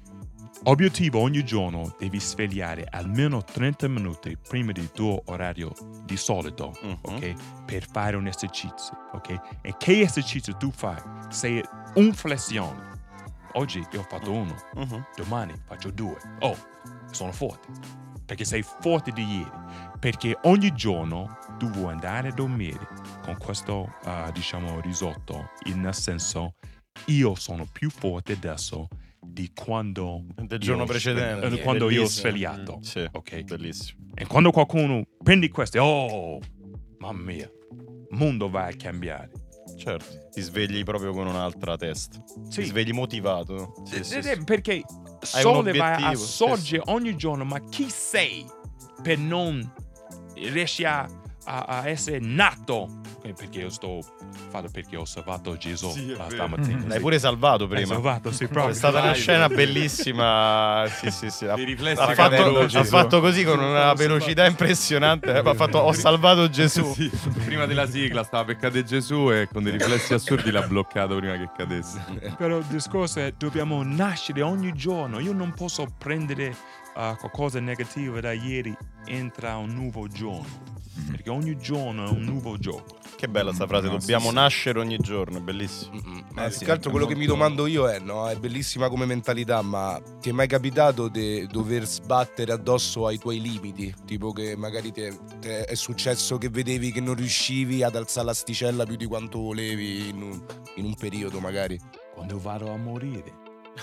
obiettivo ogni giorno devi svegliare almeno 30 minuti prima del tuo orario di solito, ok? Per fare un esercizio, ok? E che esercizio tu fai? Se un flessione. Oggi io ho fatto uno, domani faccio 2. Oh, sono forte. Perché sei forte di ieri. Perché ogni giorno tu vuoi andare a dormire con questo, diciamo, risotto, nel senso, io sono più forte adesso di quando del giorno precedente, quando io ho svegliato, sì, ok? Bellissimo. E quando qualcuno prende questo, oh, mamma mia, il mondo va a cambiare. Certo, ti svegli proprio con un'altra testa, ti svegli motivato. Sì. Perché sole va a sorgere ogni giorno, ma chi sei per non riesci a essere nato? Perché io sto fatto perché ho salvato Gesù stamattina. L'hai pure salvato prima. Salvato, sì, proprio. È stata una scena bellissima. Sì. I riflessi ha fatto così con una velocità impressionante. Ha fatto ho salvato Gesù. Sì. Prima della sigla stava per cadere Gesù e con dei riflessi assurdi l'ha bloccato prima che cadesse. Però il discorso è dobbiamo nascere ogni giorno. Io non posso prendere qualcosa negativo da ieri, entra un nuovo giorno. Perché ogni giorno è un nuovo gioco. Che bella sta frase, dobbiamo nascere ogni giorno, è bellissimo. Più che altro quello che mi domando io è, no, è bellissima come mentalità, ma ti è mai capitato di dover sbattere addosso ai tuoi limiti? Tipo che magari è successo che vedevi che non riuscivi ad alzare l'asticella più di quanto volevi in un periodo magari? Quando vado a morire.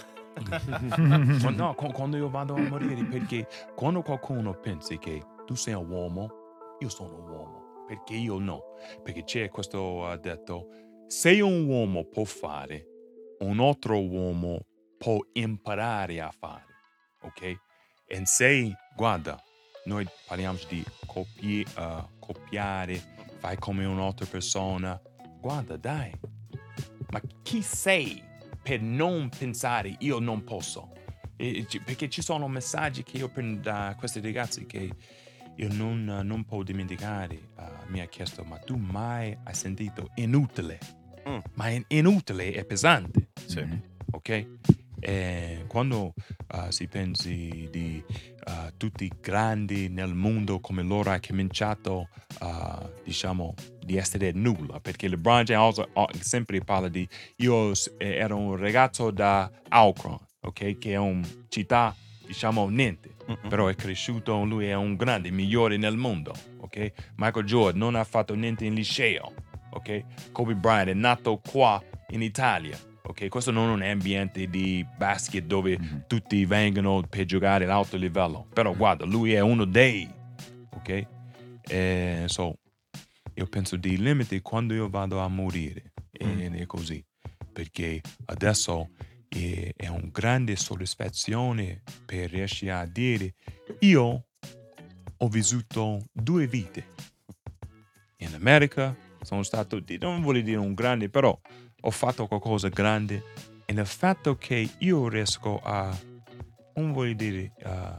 Quando io vado a morire, perché quando qualcuno pensa che tu sei un uomo, io sono un uomo, perché io no. Perché c'è questo detto, se un uomo può fare, un altro uomo può imparare a fare, ok? E se, guarda, noi parliamo di copiare, fai come un'altra persona, guarda, dai, ma chi sei per non pensare io non posso? Perché ci sono messaggi che io prendo da questi ragazzi che io non può dimenticare, mi ha chiesto, ma tu mai hai sentito inutile? Ma inutile è pesante, sì. Ok? E quando si pensi di tutti grandi nel mondo come loro ha cominciato, diciamo, di essere nulla, perché LeBron James sempre parla di io ero un ragazzo da Akron, ok? Che è una città, diciamo, niente. Però è cresciuto, lui è un grande, migliore nel mondo, ok? Michael Jordan non ha fatto niente in liceo, ok? Kobe Bryant è nato qua in Italia, ok? Questo non è un ambiente di basket dove tutti vengono per giocare all'alto livello, però guarda, lui è uno dei, ok? Io penso di limiti quando io vado a morire. ed è così, perché adesso è una grande soddisfazione per riuscire a dire io ho vissuto 2 vite. In America sono stato, non voglio dire un grande, però ho fatto qualcosa grande, e il fatto che io riesco a, non voglio dire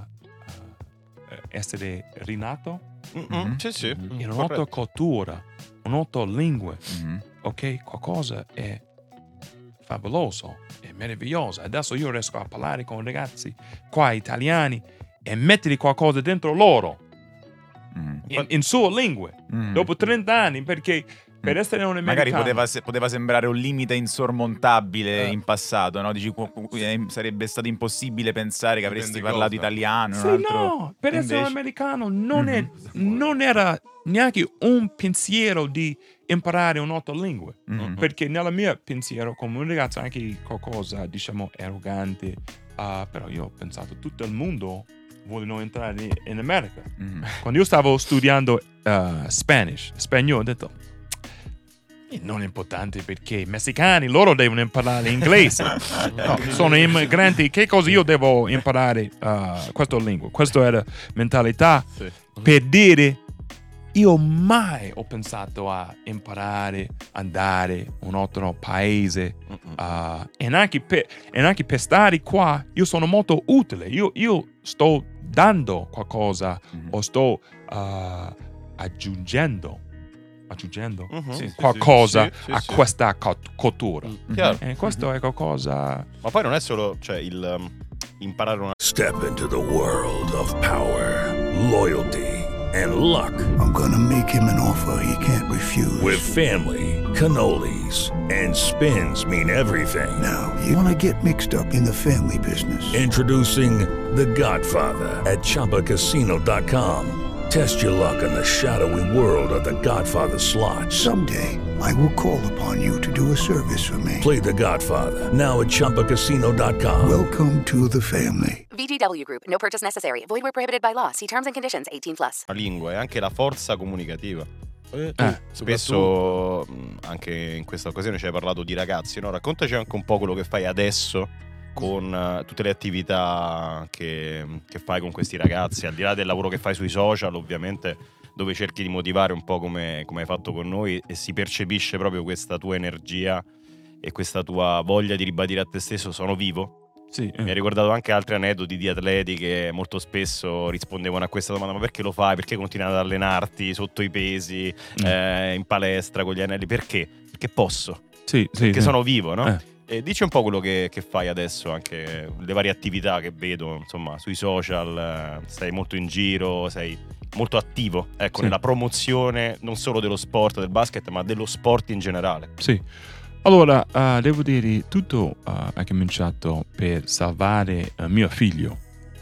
essere rinato Sì. in un'altra cultura, un'altra lingua, ok? Qualcosa è favoloso, è meraviglioso. Adesso io riesco a parlare con ragazzi qua italiani e mettere qualcosa dentro loro in sua lingua dopo 30 anni, perché per essere un americano magari poteva sembrare un limite insormontabile in passato, no? Dici, sarebbe stato impossibile pensare che avresti parlato italiano. Sì, no, per essere un americano non era neanche un pensiero di imparare un'altra lingua, perché nella mia pensiero come un ragazzo anche qualcosa, diciamo, arrogante, però io ho pensato tutto il mondo vogliono entrare in America. Quando io stavo studiando spagnolo, ho detto non è importante, perché i messicani loro devono imparare inglese. No, sono immigranti, che cosa io devo imparare questa lingua? Questa era mentalità per dire io mai ho pensato a imparare, andare in un altro paese, e anche per stare qua io sono molto utile, io sto dando qualcosa o sto aggiungendo qualcosa a questa cultura. E questo è qualcosa. Ma poi non è solo, cioè, il imparare una. Step into the world of power, loyalty, and luck. I'm gonna make him an offer he can't refuse. With family, cannolis, and spins mean everything. Now, you wanna get mixed up in the family business. Introducing The Godfather at ChumbaCasino.com. Test your luck in the shadowy world of The Godfather slot. Someday, I will call upon you to do a service for me. Play The Godfather now at ChumbaCasino.com. Welcome to the family. VGW Group. No purchase necessary. Void where prohibited by law. See terms and conditions. 18+. La lingua e anche la forza comunicativa. Spesso, anche in questa occasione ci hai parlato di ragazzi, no? Raccontaci anche un po' quello che fai adesso con tutte le attività che fai con questi ragazzi, al di là del lavoro che fai sui social, ovviamente, dove cerchi di motivare un po' come hai fatto con noi, e si percepisce proprio questa tua energia e questa tua voglia di ribadire a te stesso: sono vivo. Sì. Mi ha ricordato anche altri aneddoti di atleti che molto spesso rispondevano a questa domanda: ma perché lo fai? Perché continui ad allenarti sotto i pesi, in palestra con gli anelli? Perché? Perché posso. Perché sono vivo, no? E dici un po' quello che fai adesso, anche le varie attività che vedo, insomma, sui social. Stai molto in giro, sei molto attivo, ecco, nella promozione non solo dello sport, del basket, ma dello sport in generale. Sì. Allora, devo dire, tutto ha cominciato per salvare mio figlio,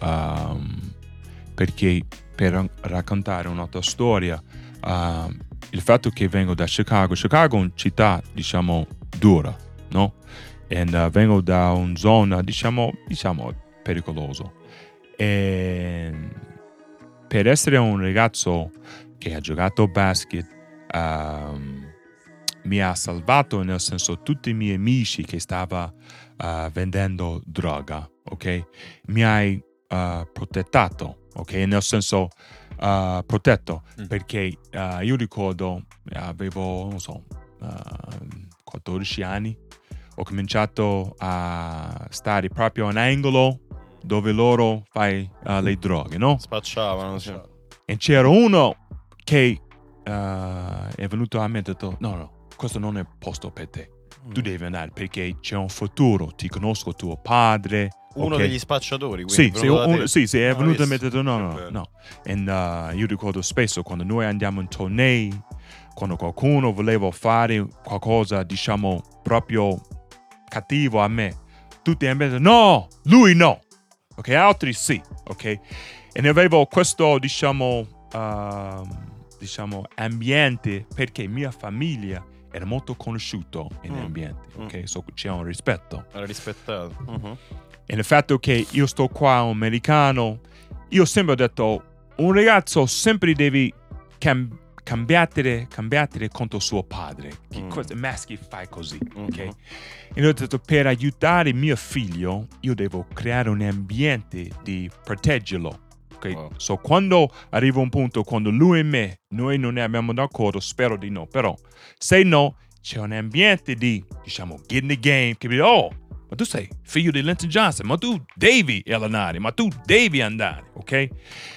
perché per raccontare un'altra storia, il fatto che vengo da Chicago è una città, diciamo, dura, no? E vengo da una zona, diciamo pericoloso. E per essere un ragazzo che ha giocato basket, mi ha salvato, nel senso, tutti i miei amici che stava vendendo droga, ok? Mi hai protettato, ok? Nel senso, protetto, perché io ricordo, avevo, non so, 14 anni, ho cominciato a stare proprio in angolo dove loro fai le droghe, no? Spacciavano, sì. E c'era uno che è venuto a me e ha detto: no, questo non è posto per te. Tu devi andare perché c'è un futuro, ti conosco tuo padre. Uno degli spacciatori, quindi sì, è venuto a me e ha detto no. E io ricordo spesso quando noi andiamo in tornei, quando qualcuno voleva fare qualcosa, diciamo, proprio cattivo a me, tutti hanno detto no, lui no, ok, altri sì, ok. E ne avevo questo, diciamo, ambiente, perché mia famiglia era molto conosciuto in ambiente, ok, so c'è un rispetto. Era rispettato. E il fatto che io sto qua, un americano, io sempre ho detto, un ragazzo sempre deve cambiate contro suo padre. Che cosa maschi fai così, ok? E ho detto, per aiutare mio figlio, io devo creare un ambiente di proteggerlo. Okay? So, quando arriva un punto, quando lui e me, noi non ne abbiamo d'accordo, spero di no, però se no, c'è un ambiente di, diciamo, get in the game, che mi ma tu sei figlio di Linton Johnson, ma tu devi allenare, ma tu devi andare, ok?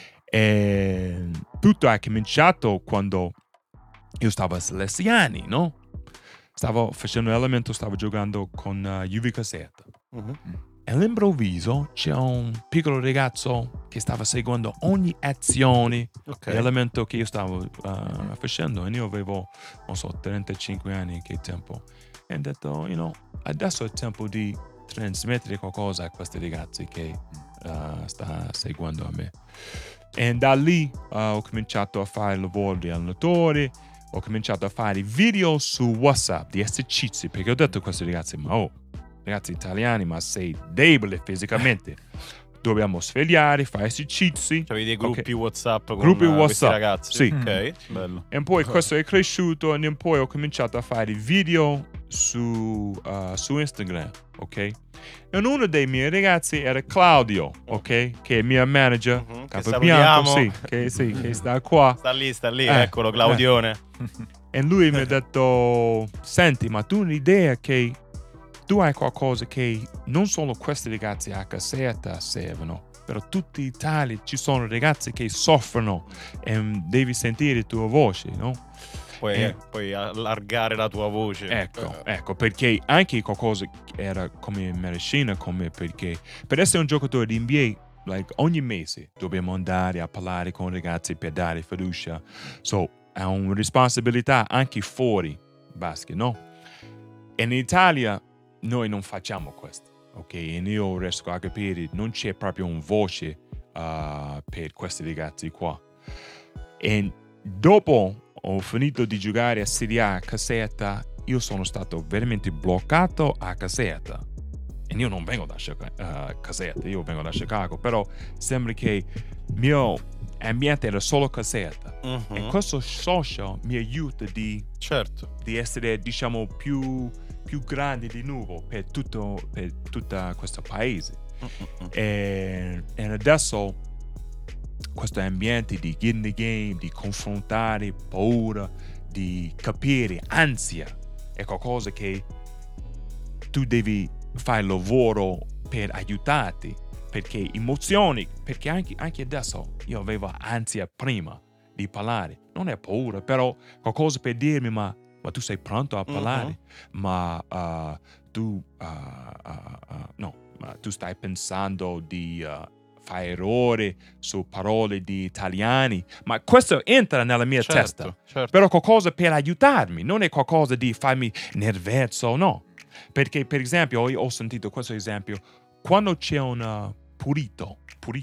E tutto è cominciato quando io stavo a Salesiani, no? Stavo facendo elemento, stavo giocando con Juve Caserta. E all'improvviso c'è un piccolo ragazzo che stava seguendo ogni azione dell'elemento che io stavo facendo. E io avevo, non so, 35 anni che tempo. E ho detto, adesso è tempo di trasmettere qualcosa a questi ragazzi che sta seguendo a me. E da lì ho cominciato a fare il lavoro di allenatore, ho cominciato a fare video su WhatsApp di esercizi, perché ho detto a questi ragazzi, ragazzi italiani, ma sei debole fisicamente. Dobbiamo svegliare, fare esercizi. Cioè, dei gruppi WhatsApp con gruppi questi WhatsApp. ragazzi. Sì. Ok, bello. E poi questo è cresciuto e poi ho cominciato a fare video su Instagram, ok? E uno dei miei ragazzi era Claudio, ok? Che è mio manager, Capobianco, che sta qua. Sta lì, eccolo, Claudione. E lui mi ha detto, senti, ma tu hai un'idea che tu hai qualcosa che non solo questi ragazzi a Caserta servono, però tutti in Italia ci sono ragazzi che soffrono e devi sentire la tua voce, no? Puoi allargare la tua voce. Ecco, perché anche qualcosa era come medicina, perché per essere un giocatore di NBA, ogni mese dobbiamo andare a parlare con ragazzi per dare fiducia. So, è una responsabilità anche fuori basket, no? E in Italia noi non facciamo questo, ok? E io riesco a capire, non c'è proprio una voce per questi ragazzi qua. E dopo ho finito di giocare a Serie A Caserta, io sono stato veramente bloccato a Caserta. E io non vengo da Caserta, io vengo da Chicago, però sembra che il mio ambiente era solo Caserta. E questo social mi aiuta di essere, diciamo, più grande di nuovo per tutto questo paese. E adesso questo ambiente di get in the game, di confrontare paura, di capire ansia, è qualcosa che tu devi fare il lavoro per aiutarti, perché emozioni, perché anche adesso io avevo ansia prima di parlare, non è paura, però qualcosa per dirmi ma tu sei pronto a parlare, ma tu stai pensando di fare errori su parole di italiani, ma questo entra nella mia testa, però qualcosa per aiutarmi, non è qualcosa di farmi nervoso, no, perché per esempio ho sentito questo esempio, quando c'è un purito,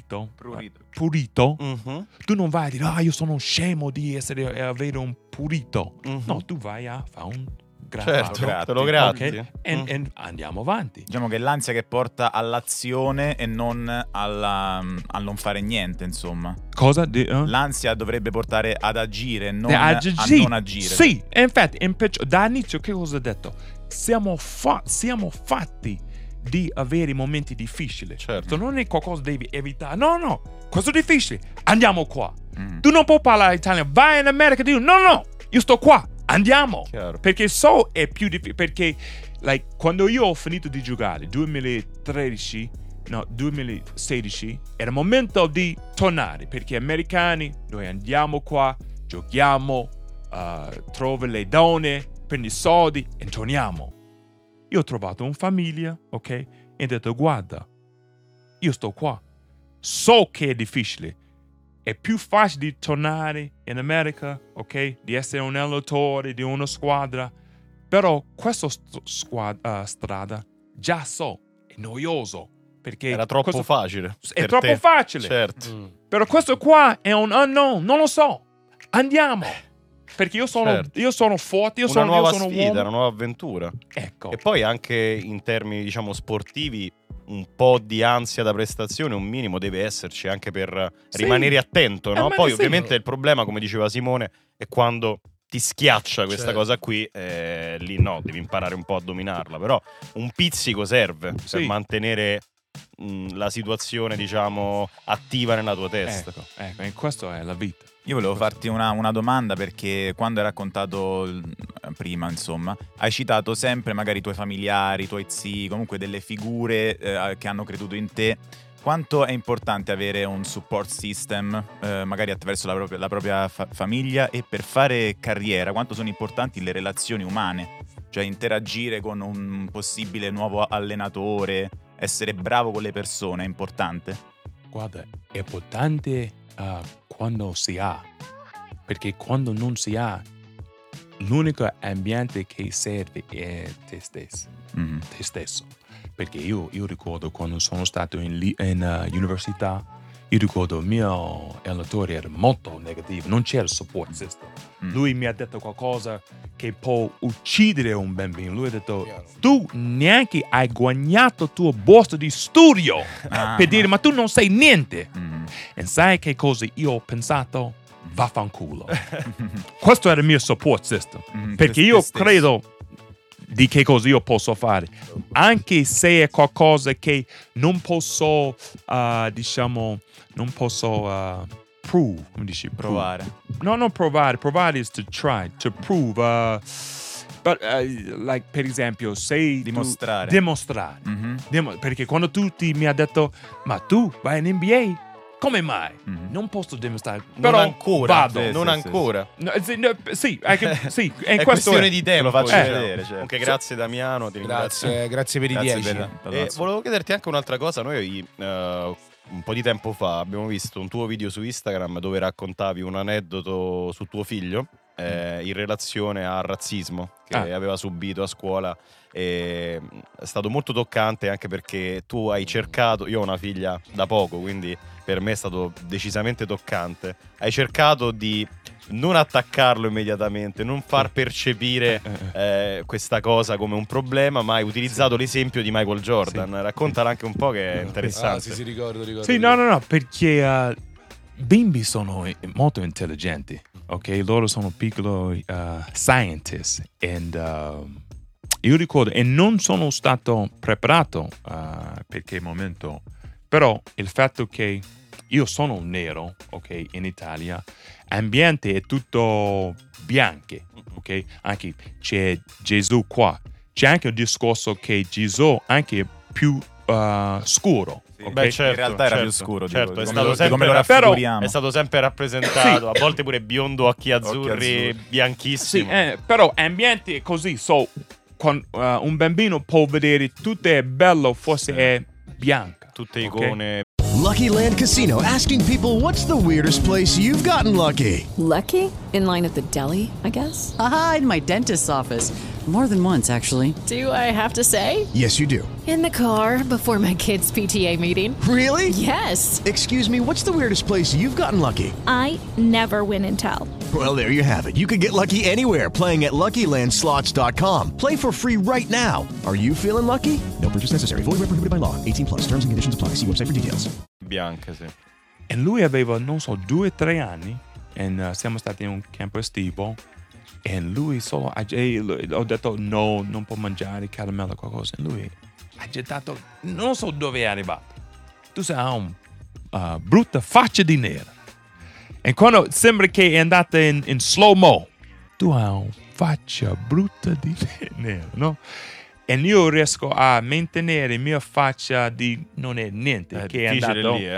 tu non vai a dire io sono scemo di avere un purito, no, tu vai a fare un te lo gratti. E andiamo avanti. Diciamo che l'ansia che porta all'azione e non a non fare niente, insomma. Cosa? L'ansia dovrebbe portare ad agire, non a non agire. Sì, e infatti da inizio che cosa ho detto? Siamo fatti di avere momenti difficili. Non è qualcosa che devi evitare. No, questo è difficile. Andiamo qua. Tu non puoi parlare italiano. Vai in America. No, io sto qua. Andiamo. Perché è più difficile. Perché quando io ho finito di giocare 2016 era il momento di tornare, perché americani noi andiamo qua, giochiamo, trovo le donne, prendi soldi e torniamo. Io ho trovato una famiglia, ok? E ho detto, guarda, io sto qua. So che è difficile. È più facile di tornare in America, ok? Di essere un allenatore di una squadra. Però questa strada, già so, è noioso. Perché era troppo facile. È troppo facile. Certo. Però questo qua è un unknown, non lo so. Andiamo. Perché io sono forte, una nuova sfida, una nuova avventura. Ecco. E poi anche in termini, diciamo, sportivi, un po' di ansia da prestazione, un minimo deve esserci anche per rimanere attento, no? Poi ovviamente il problema, come diceva Simone, è quando ti schiaccia questa cosa qui, lì no, devi imparare un po' a dominarla, però un pizzico serve per mantenere la situazione, diciamo, attiva nella tua testa. Ecco, e questo è la vita. Io volevo farti una domanda, perché quando hai raccontato prima, insomma, hai citato sempre magari i tuoi familiari, i tuoi zii, comunque delle figure che hanno creduto in te. Quanto è importante avere un support system, magari attraverso la propria famiglia, e per fare carriera, quanto sono importanti le relazioni umane? Cioè interagire con un possibile nuovo allenatore, essere bravo con le persone, è importante? Guarda, è importante quando si ha, perché quando non si ha, l'unico ambiente che serve è te stesso. Te stesso. Perché io ricordo quando sono stato in università, io ricordo il mio allenatore era molto negativo, non c'era support system. Lui mi ha detto qualcosa che può uccidere un bambino. Lui ha detto, tu neanche hai guadagnato il tuo borsa di studio per dire, ma tu non sai niente. E sai che cosa io ho pensato? Vaffanculo. Questo era il mio support system. Perché io credo di che cosa io posso fare, anche se è qualcosa che non posso, diciamo, non posso prove, come dici? Provare. No, non provare. Provare is to try, to prove. But, like, per esempio, se dimostrare. Perché quando tutti mi ha detto, ma tu vai in NBA? Come mai? Non posso dimostrare. Però ancora. Vado. Non ancora. Sì, è questione di tempo. Lo faccio vedere. Certo. Comunque, grazie Damiano. Ti ringrazio. Grazie per i 10. E volevo chiederti anche un'altra cosa. Noi un po' di tempo fa abbiamo visto un tuo video su Instagram dove raccontavi un aneddoto su tuo figlio in relazione al razzismo che aveva subito a scuola. È stato molto toccante, anche perché tu hai cercato, io ho una figlia da poco, quindi per me è stato decisamente toccante, hai cercato di non attaccarlo immediatamente, non far percepire questa cosa come un problema, ma hai utilizzato l'esempio di Michael Jordan. Raccontala anche un po', che è interessante. Sì, ricordo. Sì, no, perché bimbi sono molto intelligenti, ok? Loro sono piccoli scientists, io ricordo, e non sono stato preparato per quel momento, però il fatto che io sono un nero, ok, in Italia, l'ambiente è tutto bianco, ok? Anche c'è Gesù qua, c'è anche un discorso che Gesù anche è più scuro. Okay? Beh, certo, in realtà era più scuro, certo, come lo raffiguriamo. È stato sempre rappresentato, a volte pure biondo, occhi azzurri, bianchissimo. Sì, però ambiente è così, un bambino può vedere tutto è bello, forse è bianca. Tutte icone. Lucky Land Casino, asking people, what's the weirdest place you've gotten lucky? Lucky? In line at the deli, I guess? Aha, in my dentist's office. More than once, actually. Do I have to say? Yes, you do. In the car before my kids' PTA meeting. Really? Yes. Excuse me, what's the weirdest place you've gotten lucky? I never win and tell. Well, there you have it. You can get lucky anywhere, playing at LuckyLandSlots.com. Play for free right now. Are you feeling lucky? No purchase necessary. Void where prohibited by law. 18+. Terms and conditions apply. See website for details. Bianca, sì. E lui aveva, non so, 2 o 3 anni, e siamo stati in un campo estivo, e lui solo ho detto no, non può mangiare caramello o qualcosa, e lui ha gettato, non so dove è arrivato. Tu hai una brutta faccia di nera, e quando sembra che è andata in slow-mo, tu hai una faccia brutta di nera, no? E io riesco a mantenere la mia faccia di non è niente, che è andato lì,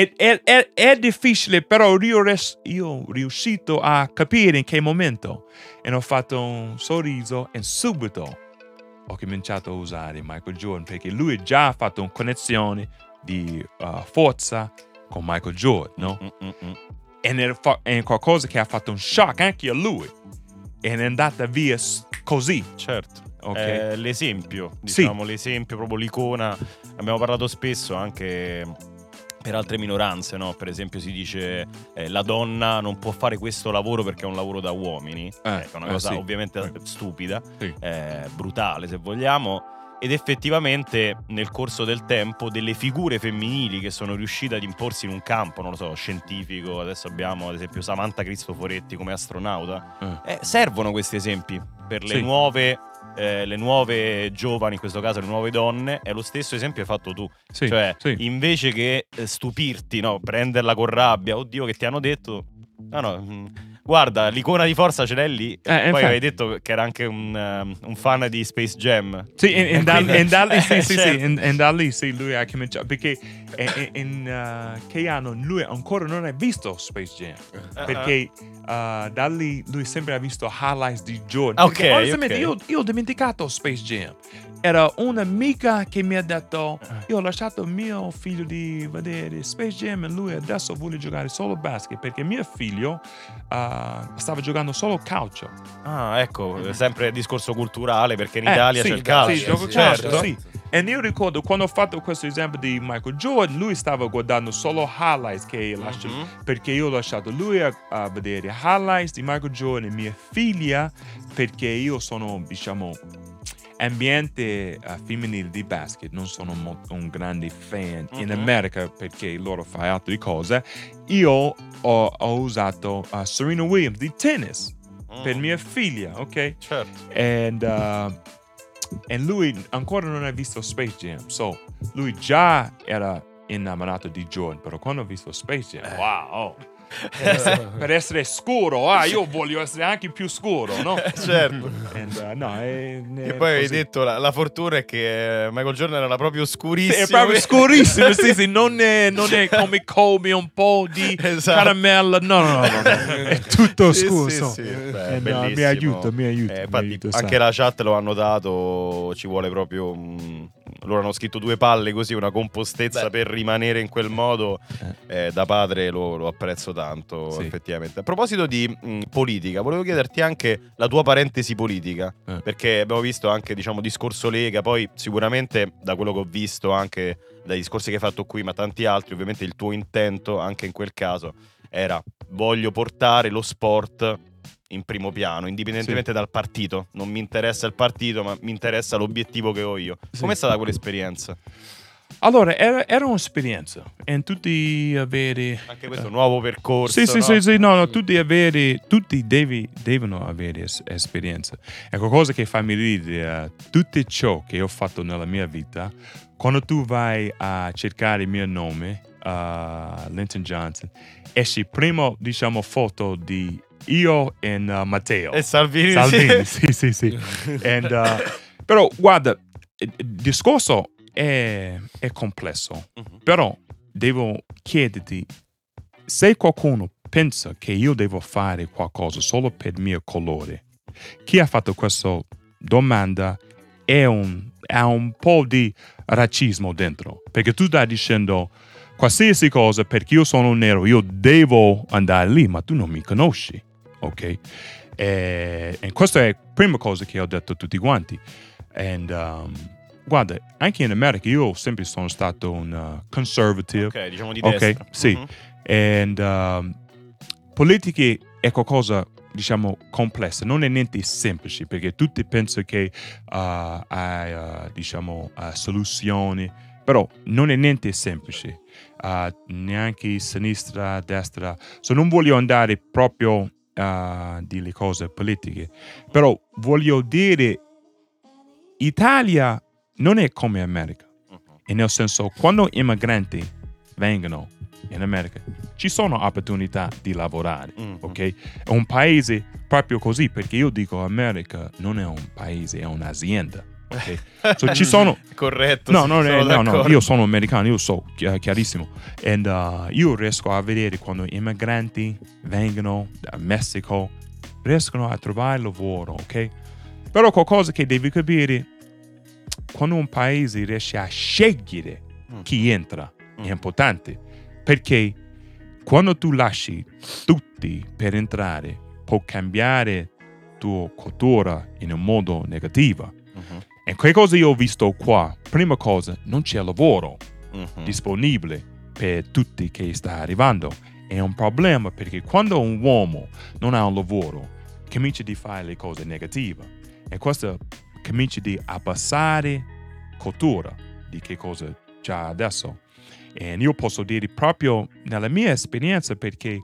è difficile, però io ho riuscito a capire in che momento, e ho fatto un sorriso e subito ho cominciato a usare Michael Jordan, perché lui ha già fatto una connessione di forza con Michael Jordan, no? È qualcosa che ha fatto un shock anche a lui, e è andata via così. Certo. Okay. L'esempio, diciamo, l'esempio, proprio l'icona. Abbiamo parlato spesso anche per altre minoranze, no? Per esempio si dice la donna non può fare questo lavoro perché è un lavoro da uomini, è una cosa ovviamente stupida, brutale se vogliamo, ed effettivamente nel corso del tempo delle figure femminili che sono riuscite ad imporsi in un campo, non lo so, scientifico, adesso abbiamo ad esempio Samantha Cristoforetti come astronauta, servono questi esempi per le nuove giovani, in questo caso le nuove donne. È lo stesso esempio che hai fatto tu, cioè invece che stupirti, no, prenderla con rabbia, oddio che ti hanno detto, guarda, l'icona di forza ce l'hai lì. Poi avevi detto che era anche un fan di Space Jam. Sì, e da lì lui ha cominciato, perché in che anno lui ancora non ha visto Space Jam, perché da lì lui sempre ha visto highlights di Jordan. Onestamente io ho dimenticato Space Jam. Era un'amica che mi ha detto, io ho lasciato mio figlio di vedere Space Jam e lui adesso vuole giocare solo basket, perché mio figlio stava giocando solo calcio. Ecco, sempre il discorso culturale, perché in Italia c'è il calcio. Sì, gioco calcio, sì. E io ricordo quando ho fatto questo esempio di Michael Jordan, lui stava guardando solo highlights che perché io ho lasciato lui a vedere highlights di Michael Jordan e mia figlia, perché io sono, diciamo, ambiente femminile di basket, non sono un grande fan in America perché loro fanno altre cose. Io ho usato Serena Williams di tennis per mia figlia, ok? Certo. E lui ancora non ha visto Space Jam, so lui già era innamorato di Jordan, però quando ho visto Space Jam, wow! Per essere scuro, io voglio essere anche più scuro, no? Certo. E poi avevi detto la fortuna è che Michael Jordan era proprio scurissimo. Sì, è proprio scurissimo, sì, non è come Kobe, un po' di caramella, no, è tutto scuro. Sì. Beh, mi aiuta. Anche la chat lo ha notato, ci vuole proprio loro hanno scritto 2 palle così, una compostezza per rimanere in quel modo. Da padre lo apprezzo tanto, effettivamente. A proposito di politica, volevo chiederti anche la tua parentesi politica, perché abbiamo visto anche, diciamo, discorso Lega, poi sicuramente da quello che ho visto anche dai discorsi che hai fatto qui, ma tanti altri, ovviamente il tuo intento anche in quel caso era: voglio portare lo sport in primo piano, indipendentemente dal partito. Non mi interessa il partito, ma mi interessa l'obiettivo che ho io. Com'è stata quell'esperienza? Allora, era un'esperienza, e tutti avere anche questo nuovo percorso. Tutti devono avere esperienza. È qualcosa che fa mi ridere. Tutto ciò che ho fatto nella mia vita, quando tu vai a cercare il mio nome, Linton Johnson, esce prima, diciamo, foto di io e Matteo e Salvini. Sì. Però guarda, il discorso è complesso, però devo chiederti, se qualcuno pensa che io devo fare qualcosa solo per il mio colore, chi ha fatto questa domanda ha un po' di razzismo dentro, perché tu stai dicendo qualsiasi cosa perché io sono nero, io devo andare lì, ma tu non mi conosci, ok? E questa è la prima cosa che ho detto a tutti quanti. Guarda, anche in America io sempre sono stato un conservative. Ok, diciamo di destra. Sì. E politica è qualcosa, diciamo, complessa, non è niente semplice, perché tutti pensano che hai, diciamo, soluzioni, però non è niente semplice, neanche sinistra, destra. Non voglio andare proprio delle cose politiche, però voglio dire, Italia non è come America, e nel senso, quando immigranti vengono in America ci sono opportunità di lavorare, ok? È un paese proprio così, perché io dico America non è un paese, è un'azienda, ok? Ci sono corretto. No, io sono americano, io so chiarissimo, e io riesco a vedere quando immigranti vengono da Messico, riescono a trovare lavoro, ok? Però qualcosa che devi capire: quando un paese riesce a scegliere chi entra è importante, perché quando tu lasci tutti per entrare può cambiare tua cultura in un modo negativo. E che cosa io ho visto qua? Prima cosa, non c'è lavoro disponibile per tutti che sta arrivando. È un problema, perché quando un uomo non ha un lavoro comincia a fare le cose negative, e questo comincia ad abbassare cultura di che cosa c'è adesso. E io posso dire proprio nella mia esperienza, perché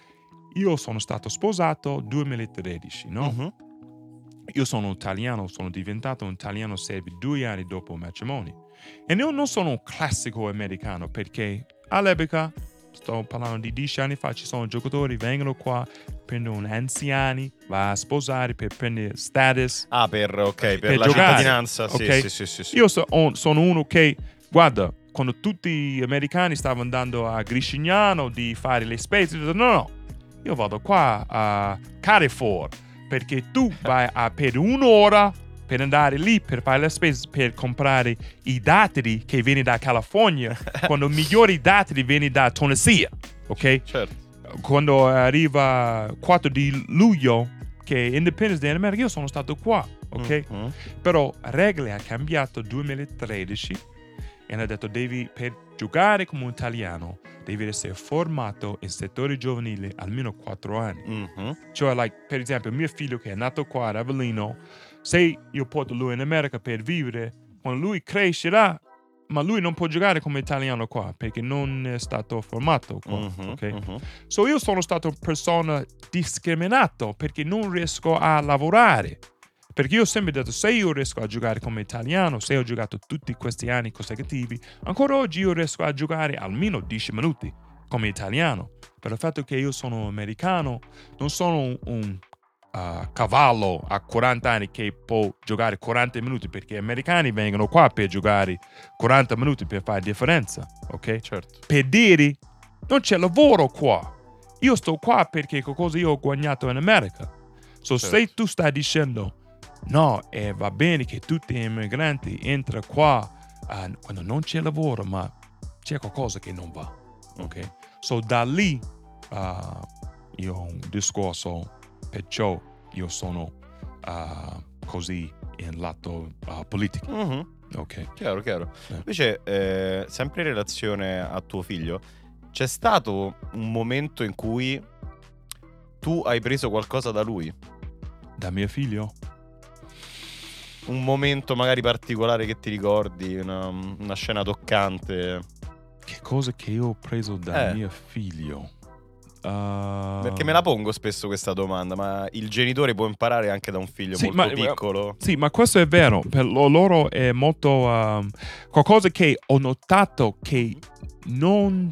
io sono stato sposato 2013, no? Io sono italiano, sono diventato un italiano 2 anni dopo il matrimonio. E io non sono un classico americano, perché all'epoca, sto parlando di 10 anni fa, ci sono giocatori che vengono qua, prendono anziani, va a sposare per prendere status. Per la giocare. cittadinanza. Okay? Sì. Io sono uno che, guarda, quando tutti gli americani stavano andando a Griscignano di fare le spese, no, io vado qua a Carrefour, perché tu vai per un'ora per andare lì per fare le spese, per comprare i datteri che viene da California, quando i migliori datteri viene da Tunisia, ok? Certo. Quando arriva 4 di luglio, che è Independence Day in America, io sono stato qua, ok? Però regle ha cambiato 2013 e hanno detto per giocare come un italiano devi essere formato in settore giovanile almeno 4 anni. Cioè, per esempio, mio figlio che è nato qua ad Avellino, se io porto lui in America per vivere, quando lui crescerà, ma lui non può giocare come italiano qua perché non è stato formato qua, ok? So io sono stato una persona discriminata perché non riesco a lavorare. Perché io ho sempre detto, se io riesco a giocare come italiano, se ho giocato tutti questi anni consecutivi, ancora oggi io riesco a giocare almeno 10 minuti come italiano. Per il fatto che io sono americano, non sono un cavallo a 40 anni che può giocare 40 minuti, perché gli americani vengono qua per giocare 40 minuti per fare differenza, ok? Certo. Per dire, non c'è lavoro qua. Io sto qua perché qualcosa io ho guadagnato in America. Se tu stai dicendo, no, va bene che tutti gli immigranti entrano qua quando non c'è lavoro, ma c'è qualcosa che non va, ok? So da lì io ho un discorso, perciò io sono così in lato politico. Ok. Chiaro. Invece, sempre in relazione a tuo figlio, c'è stato un momento in cui tu hai preso qualcosa da lui? Da mio figlio? Un momento magari particolare che ti ricordi, una scena toccante? Che cosa che io ho preso da mio figlio? Perché me la pongo spesso questa domanda, ma il genitore può imparare anche da un figlio molto piccolo? Sì, ma questo è vero. Per loro è molto qualcosa che ho notato che non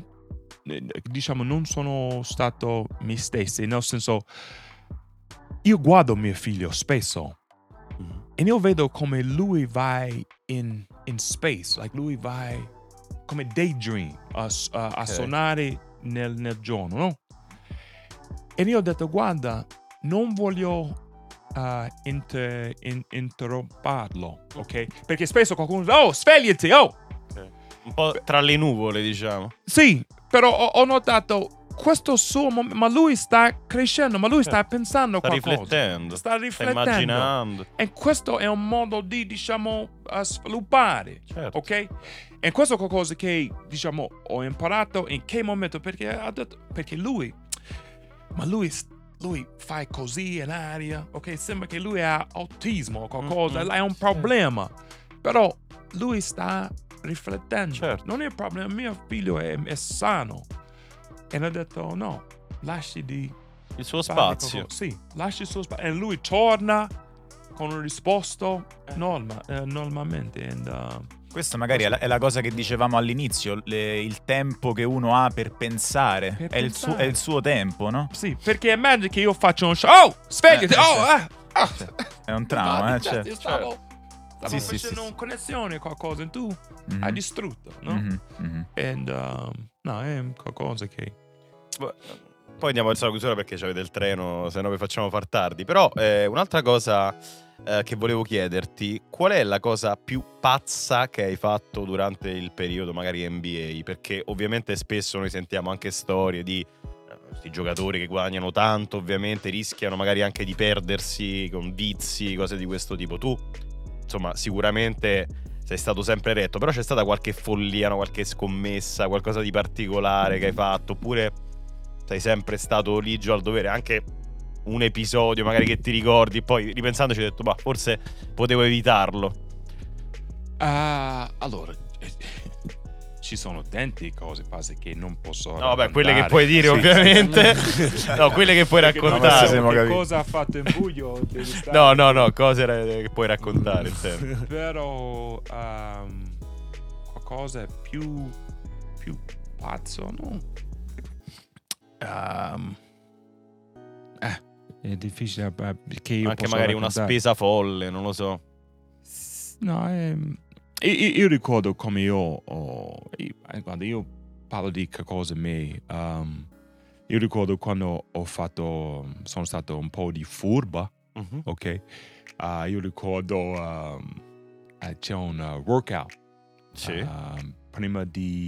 sono stato me stesso, nel senso, io guardo mio figlio spesso e io vedo come lui va in space, lui va come daydream a suonare nel giorno, no? E io ho detto, guarda, non voglio interromperlo, ok? Perché spesso qualcuno dice, oh, svegliati, oh! Un po' tra le nuvole, diciamo. Sì, però ho notato questo suo ma lui sta crescendo, ma lui sta pensando qualcosa. Sta riflettendo. Immaginando. E questo è un modo di, sviluppare, ok? E questo è qualcosa che, ho imparato in che momento, perché lui fa così in aria, ok? Sembra che lui ha autismo o qualcosa, è un problema. Però lui sta riflettendo. Non è un problema, mio figlio è sano. E ho detto, no, lasci il suo spazio. Sì, lasci il suo spazio. E lui torna con una risposta normalmente. Questa magari è la cosa che dicevamo all'inizio, il tempo che uno ha per pensare. È il suo tempo, no? Sì, perché immagini che io faccio un show. Oh, svegliati! È un trauma, certo. Stavo facendo una connessione, qualcosa, e tu hai distrutto, no? No, è qualcosa che... Poi andiamo verso la chiusura perché c'avete il treno, se no vi facciamo far tardi. Però un'altra cosa che volevo chiederti, qual è la cosa più pazza che hai fatto durante il periodo magari NBA? Perché ovviamente spesso noi sentiamo anche storie di questi giocatori che guadagnano tanto, ovviamente rischiano magari anche di perdersi con vizi, cose di questo tipo. Tu, insomma, sicuramente sei stato sempre retto, però c'è stata qualche follia, qualche scommessa, qualcosa di particolare che hai fatto, oppure sei sempre stato ligio al dovere? Anche un episodio magari che ti ricordi, poi ripensandoci hai detto, forse potevo evitarlo. Allora, ci sono tante cose che non posso No, vabbè, raccontare. quelle che puoi dire ovviamente. No, quelle che puoi raccontare. Che cosa ha fatto in buio? Devi stare- No, cose che puoi raccontare. Però qualcosa più pazzo, no? È difficile perché io anche posso magari una raccontare. spesa folle, non lo so. No, io ricordo come quando io parlo di che cosa me, io ricordo quando sono stato un po' di furba, ok? Io ricordo c'è un workout prima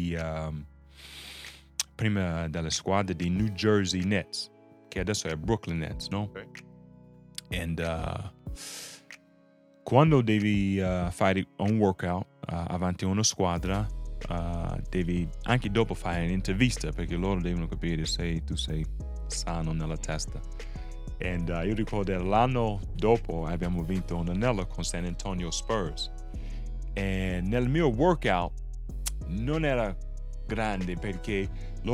della squadra di New Jersey Nets, che adesso è Brooklyn Nets, no? And quando devi fare un workout avanti a una squadra, devi anche dopo fare un'intervista, perché loro devono capire se tu sei sano nella testa. And io ricordo l'anno dopo abbiamo vinto un anello con San Antonio Spurs. E nel mio workout non era grande perché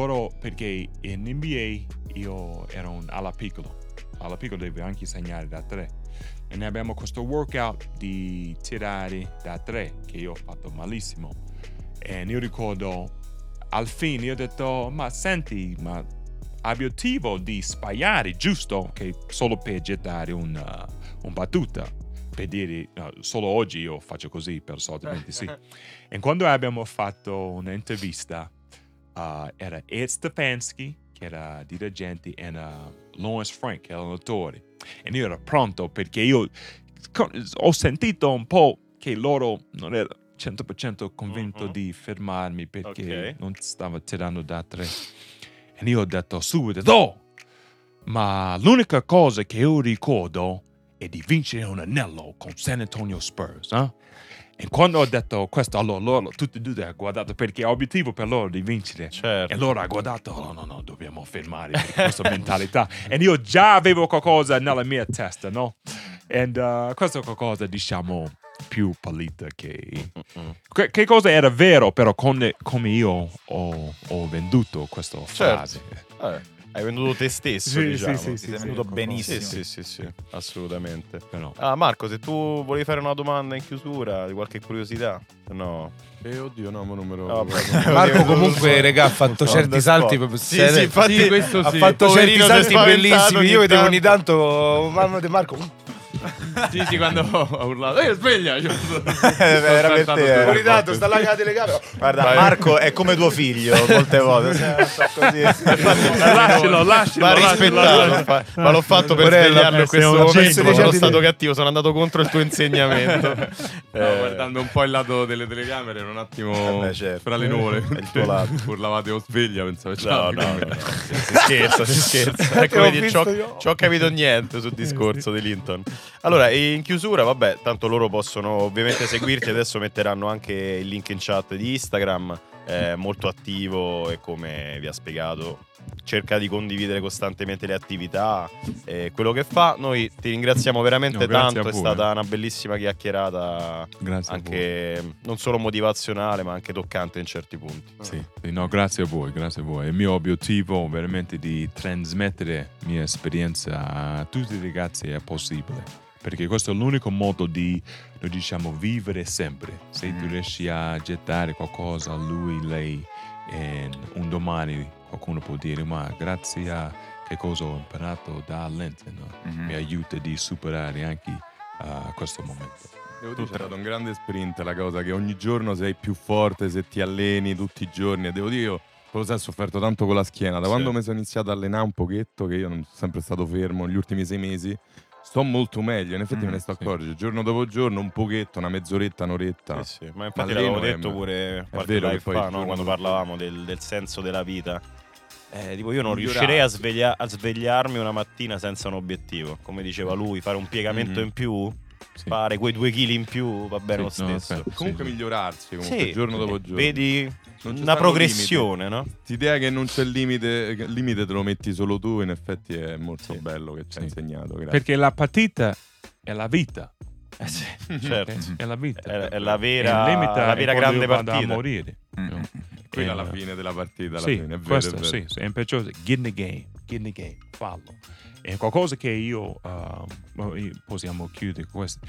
in NBA io ero un alla piccolo devo anche segnare da 3. E ne abbiamo questo workout di tirare da 3 che io ho fatto malissimo. E io ricordo al fine io ho detto, ma senti, ma obiettivo di sbagliare, giusto? Che solo per gettare un battuta, per dire solo oggi io faccio così, per solitamente sì. E quando abbiamo fatto un'intervista era Ed Stefanski, che era dirigente, e Lawrence Frank, che era l'autore. E io ero pronto perché io ho sentito un po' che loro non erano 100% convinto di fermarmi perché non stava tirando da 3. E io ho detto subito, ma l'unica cosa che io ricordo è di vincere un anello con San Antonio Spurs. E quando ho detto questo, allora loro tutti e due hanno guardato, perché l'obiettivo per loro di vincere. E loro hanno guardato, no, dobbiamo fermare questa mentalità. E io già avevo qualcosa nella mia testa, no? E questo è qualcosa, diciamo, più pulita che cosa era vero, però come io ho venduto questa frase. Hai venduto te stesso, Sì, diciamo. sì, sei venuto benissimo. Sì, assolutamente. Però. Marco, se tu volevi fare una domanda in chiusura, di qualche curiosità, no? Oddio, no, ma non me lo... Marco comunque, regà, ha fatto certi salti proprio infatti, questo ha sì. fatto certi salti bellissimi. Io vedevo ogni tanto mamma di Marco. Sì, quando ho urlato, sveglia! Era per te. Ogni tanto sta là con la telecamera. Guarda, Marco è come tuo figlio molte volte. Così. Lascialo. Va rispettato. Ma l'ho fatto per svegliarlo in questo momento. Sono stato cattivo, sono andato contro il tuo insegnamento. Guardando un po' il lato delle telecamere, ero un attimo fra le nuvole. È il tuo lato. Urlavate o sveglia, pensavo. No. Si scherza. Ecco, vedi, ci ho capito niente sul discorso di Linton. Allora, in chiusura, vabbè, tanto loro possono ovviamente seguirti. Adesso metteranno anche il link in chat di Instagram. Molto attivo e, come vi ha spiegato, cerca di condividere costantemente le attività e quello che fa. Noi ti ringraziamo veramente tanto, è stata una bellissima chiacchierata, anche non solo motivazionale ma anche toccante in certi punti. Grazie a voi. Il mio obiettivo veramente di trasmettere la mia esperienza a tutti i ragazzi è possibile, perché questo è l'unico modo di, noi diciamo, vivere sempre. Se tu riesci a gettare qualcosa a lui, lei, e un domani qualcuno può dire, ma grazie a che cosa ho imparato da Linton, mi aiuta di superare anche questo momento. Devo dire, è stato un grande sprint, la cosa che ogni giorno sei più forte, se ti alleni tutti i giorni. E devo dire, io ho sofferto tanto con la schiena. Da quando mi sono iniziato a allenare un pochetto, che io non sono sempre stato fermo negli ultimi 6 mesi, sto molto meglio, in effetti me ne sto accorgendo, giorno dopo giorno, un pochetto, una mezz'oretta, un'oretta. Ma infatti l'avevo detto pure qualche live fa, no? Quando parlavamo del senso della vita. Tipo, io non riuscirei a svegliarmi una mattina senza un obiettivo. Come diceva lui, fare un piegamento in più, fare quei 2 chili in più, va bene lo stesso. Comunque migliorarsi, giorno dopo giorno. Vedi una progressione, no? L'idea che non c'è il limite te lo metti solo tu, in effetti è molto bello che ci hai insegnato. Grazie. Perché la partita è la vita. Sì, certo. È la vita. È la vera grande partita. A morire. Quella è la fine della partita. Sì, fine, è vero, questo, è vero. sì, è perciò get in the game, fallo. È qualcosa che io possiamo chiudere questo.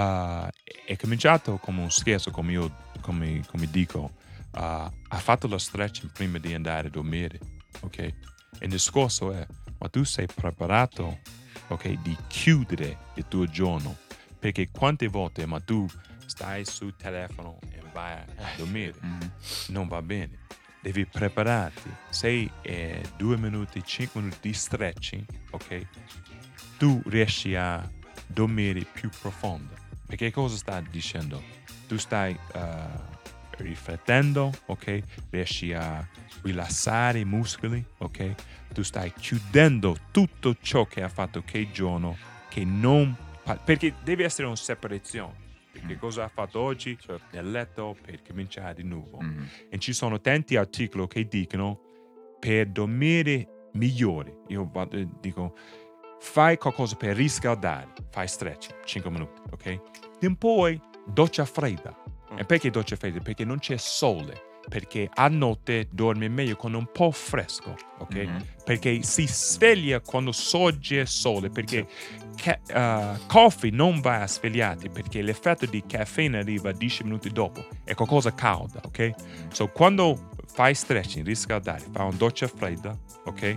È cominciato come un scherzo, come dico. Ha fatto lo stretching prima di andare a dormire, ok? E il discorso è, ma tu sei preparato, ok, di chiudere il tuo giorno? Perché quante volte ma tu stai sul telefono e vai a dormire? Non va bene. Devi prepararti. Se 2 minuti, 5 minuti di stretching, ok? Tu riesci a dormire più profondo. Perché cosa sta dicendo? Tu stai riflettendo, ok? Riesci a rilassare i muscoli, ok? Tu stai chiudendo tutto ciò che ha fatto che giorno, che non... Perché deve essere una separazione. Perché cosa ha fatto oggi nel letto per cominciare di nuovo. E ci sono tanti articoli che dicono per dormire migliore. Io dico, fai qualcosa per riscaldare, fai stretching, 5 minuti, ok? E poi doccia fredda. E perché doccia fredda? Perché non c'è sole. Perché a notte dorme meglio con un po' fresco, ok? Perché si sveglia quando sorge il sole, perché coffee non va a svegliarti, perché l'effetto di caffeina arriva 10 minuti dopo, è qualcosa calda, ok? So quando fai stretching, riscaldare, fai una doccia fredda, ok?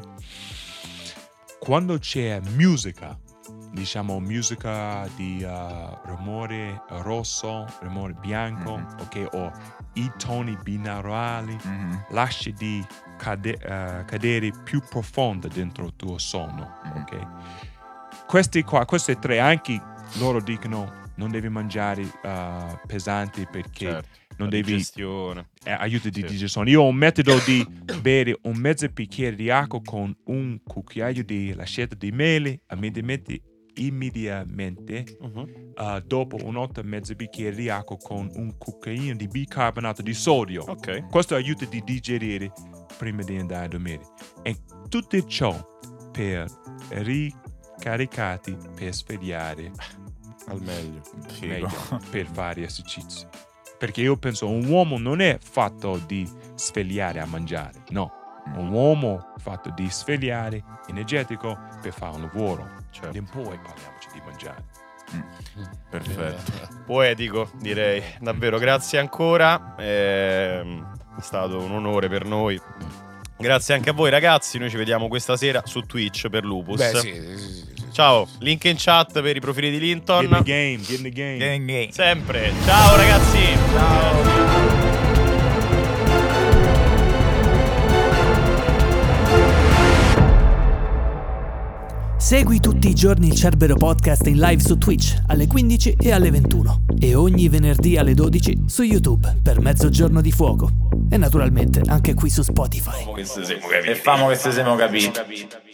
Quando c'è musica, diciamo musica di rumore rosso, rumore bianco, ok? O i toni binaurali, lasci di cadere più profondo dentro il tuo sonno, ok? Queste 3 anche loro dicono non devi mangiare pesanti perché non devi aiuta di digestione. Io ho un metodo di bere un mezzo bicchiere di acqua con un cucchiaio di lascetta di mele immediatamente dopo un'altra mezzo bicchiere di acqua con un cucchiaino di bicarbonato di sodio. Questo aiuta di digerire prima di andare a dormire. E tutto ciò per ricaricati per svegliare al meglio per fare esercizi. Perché io penso un uomo non è fatto di svegliare a mangiare, no. Un uomo fatto di svegliare energetico per fare un lavoro. E poi parliamoci di mangiare. Perfetto. Poetico, direi. Davvero, grazie ancora. È stato un onore per noi. Grazie anche a voi ragazzi. Noi ci vediamo questa sera su Twitch per Lupus. Sì. Ciao, link in chat per i profili di Linton. Get in the game. Sempre. Ciao ragazzi. Ciao. Segui tutti i giorni il Cerbero Podcast in live su Twitch alle 15 e alle 21 e ogni venerdì alle 12 su YouTube per Mezzogiorno di Fuoco e naturalmente anche qui su Spotify. E famo che se siamo capiti.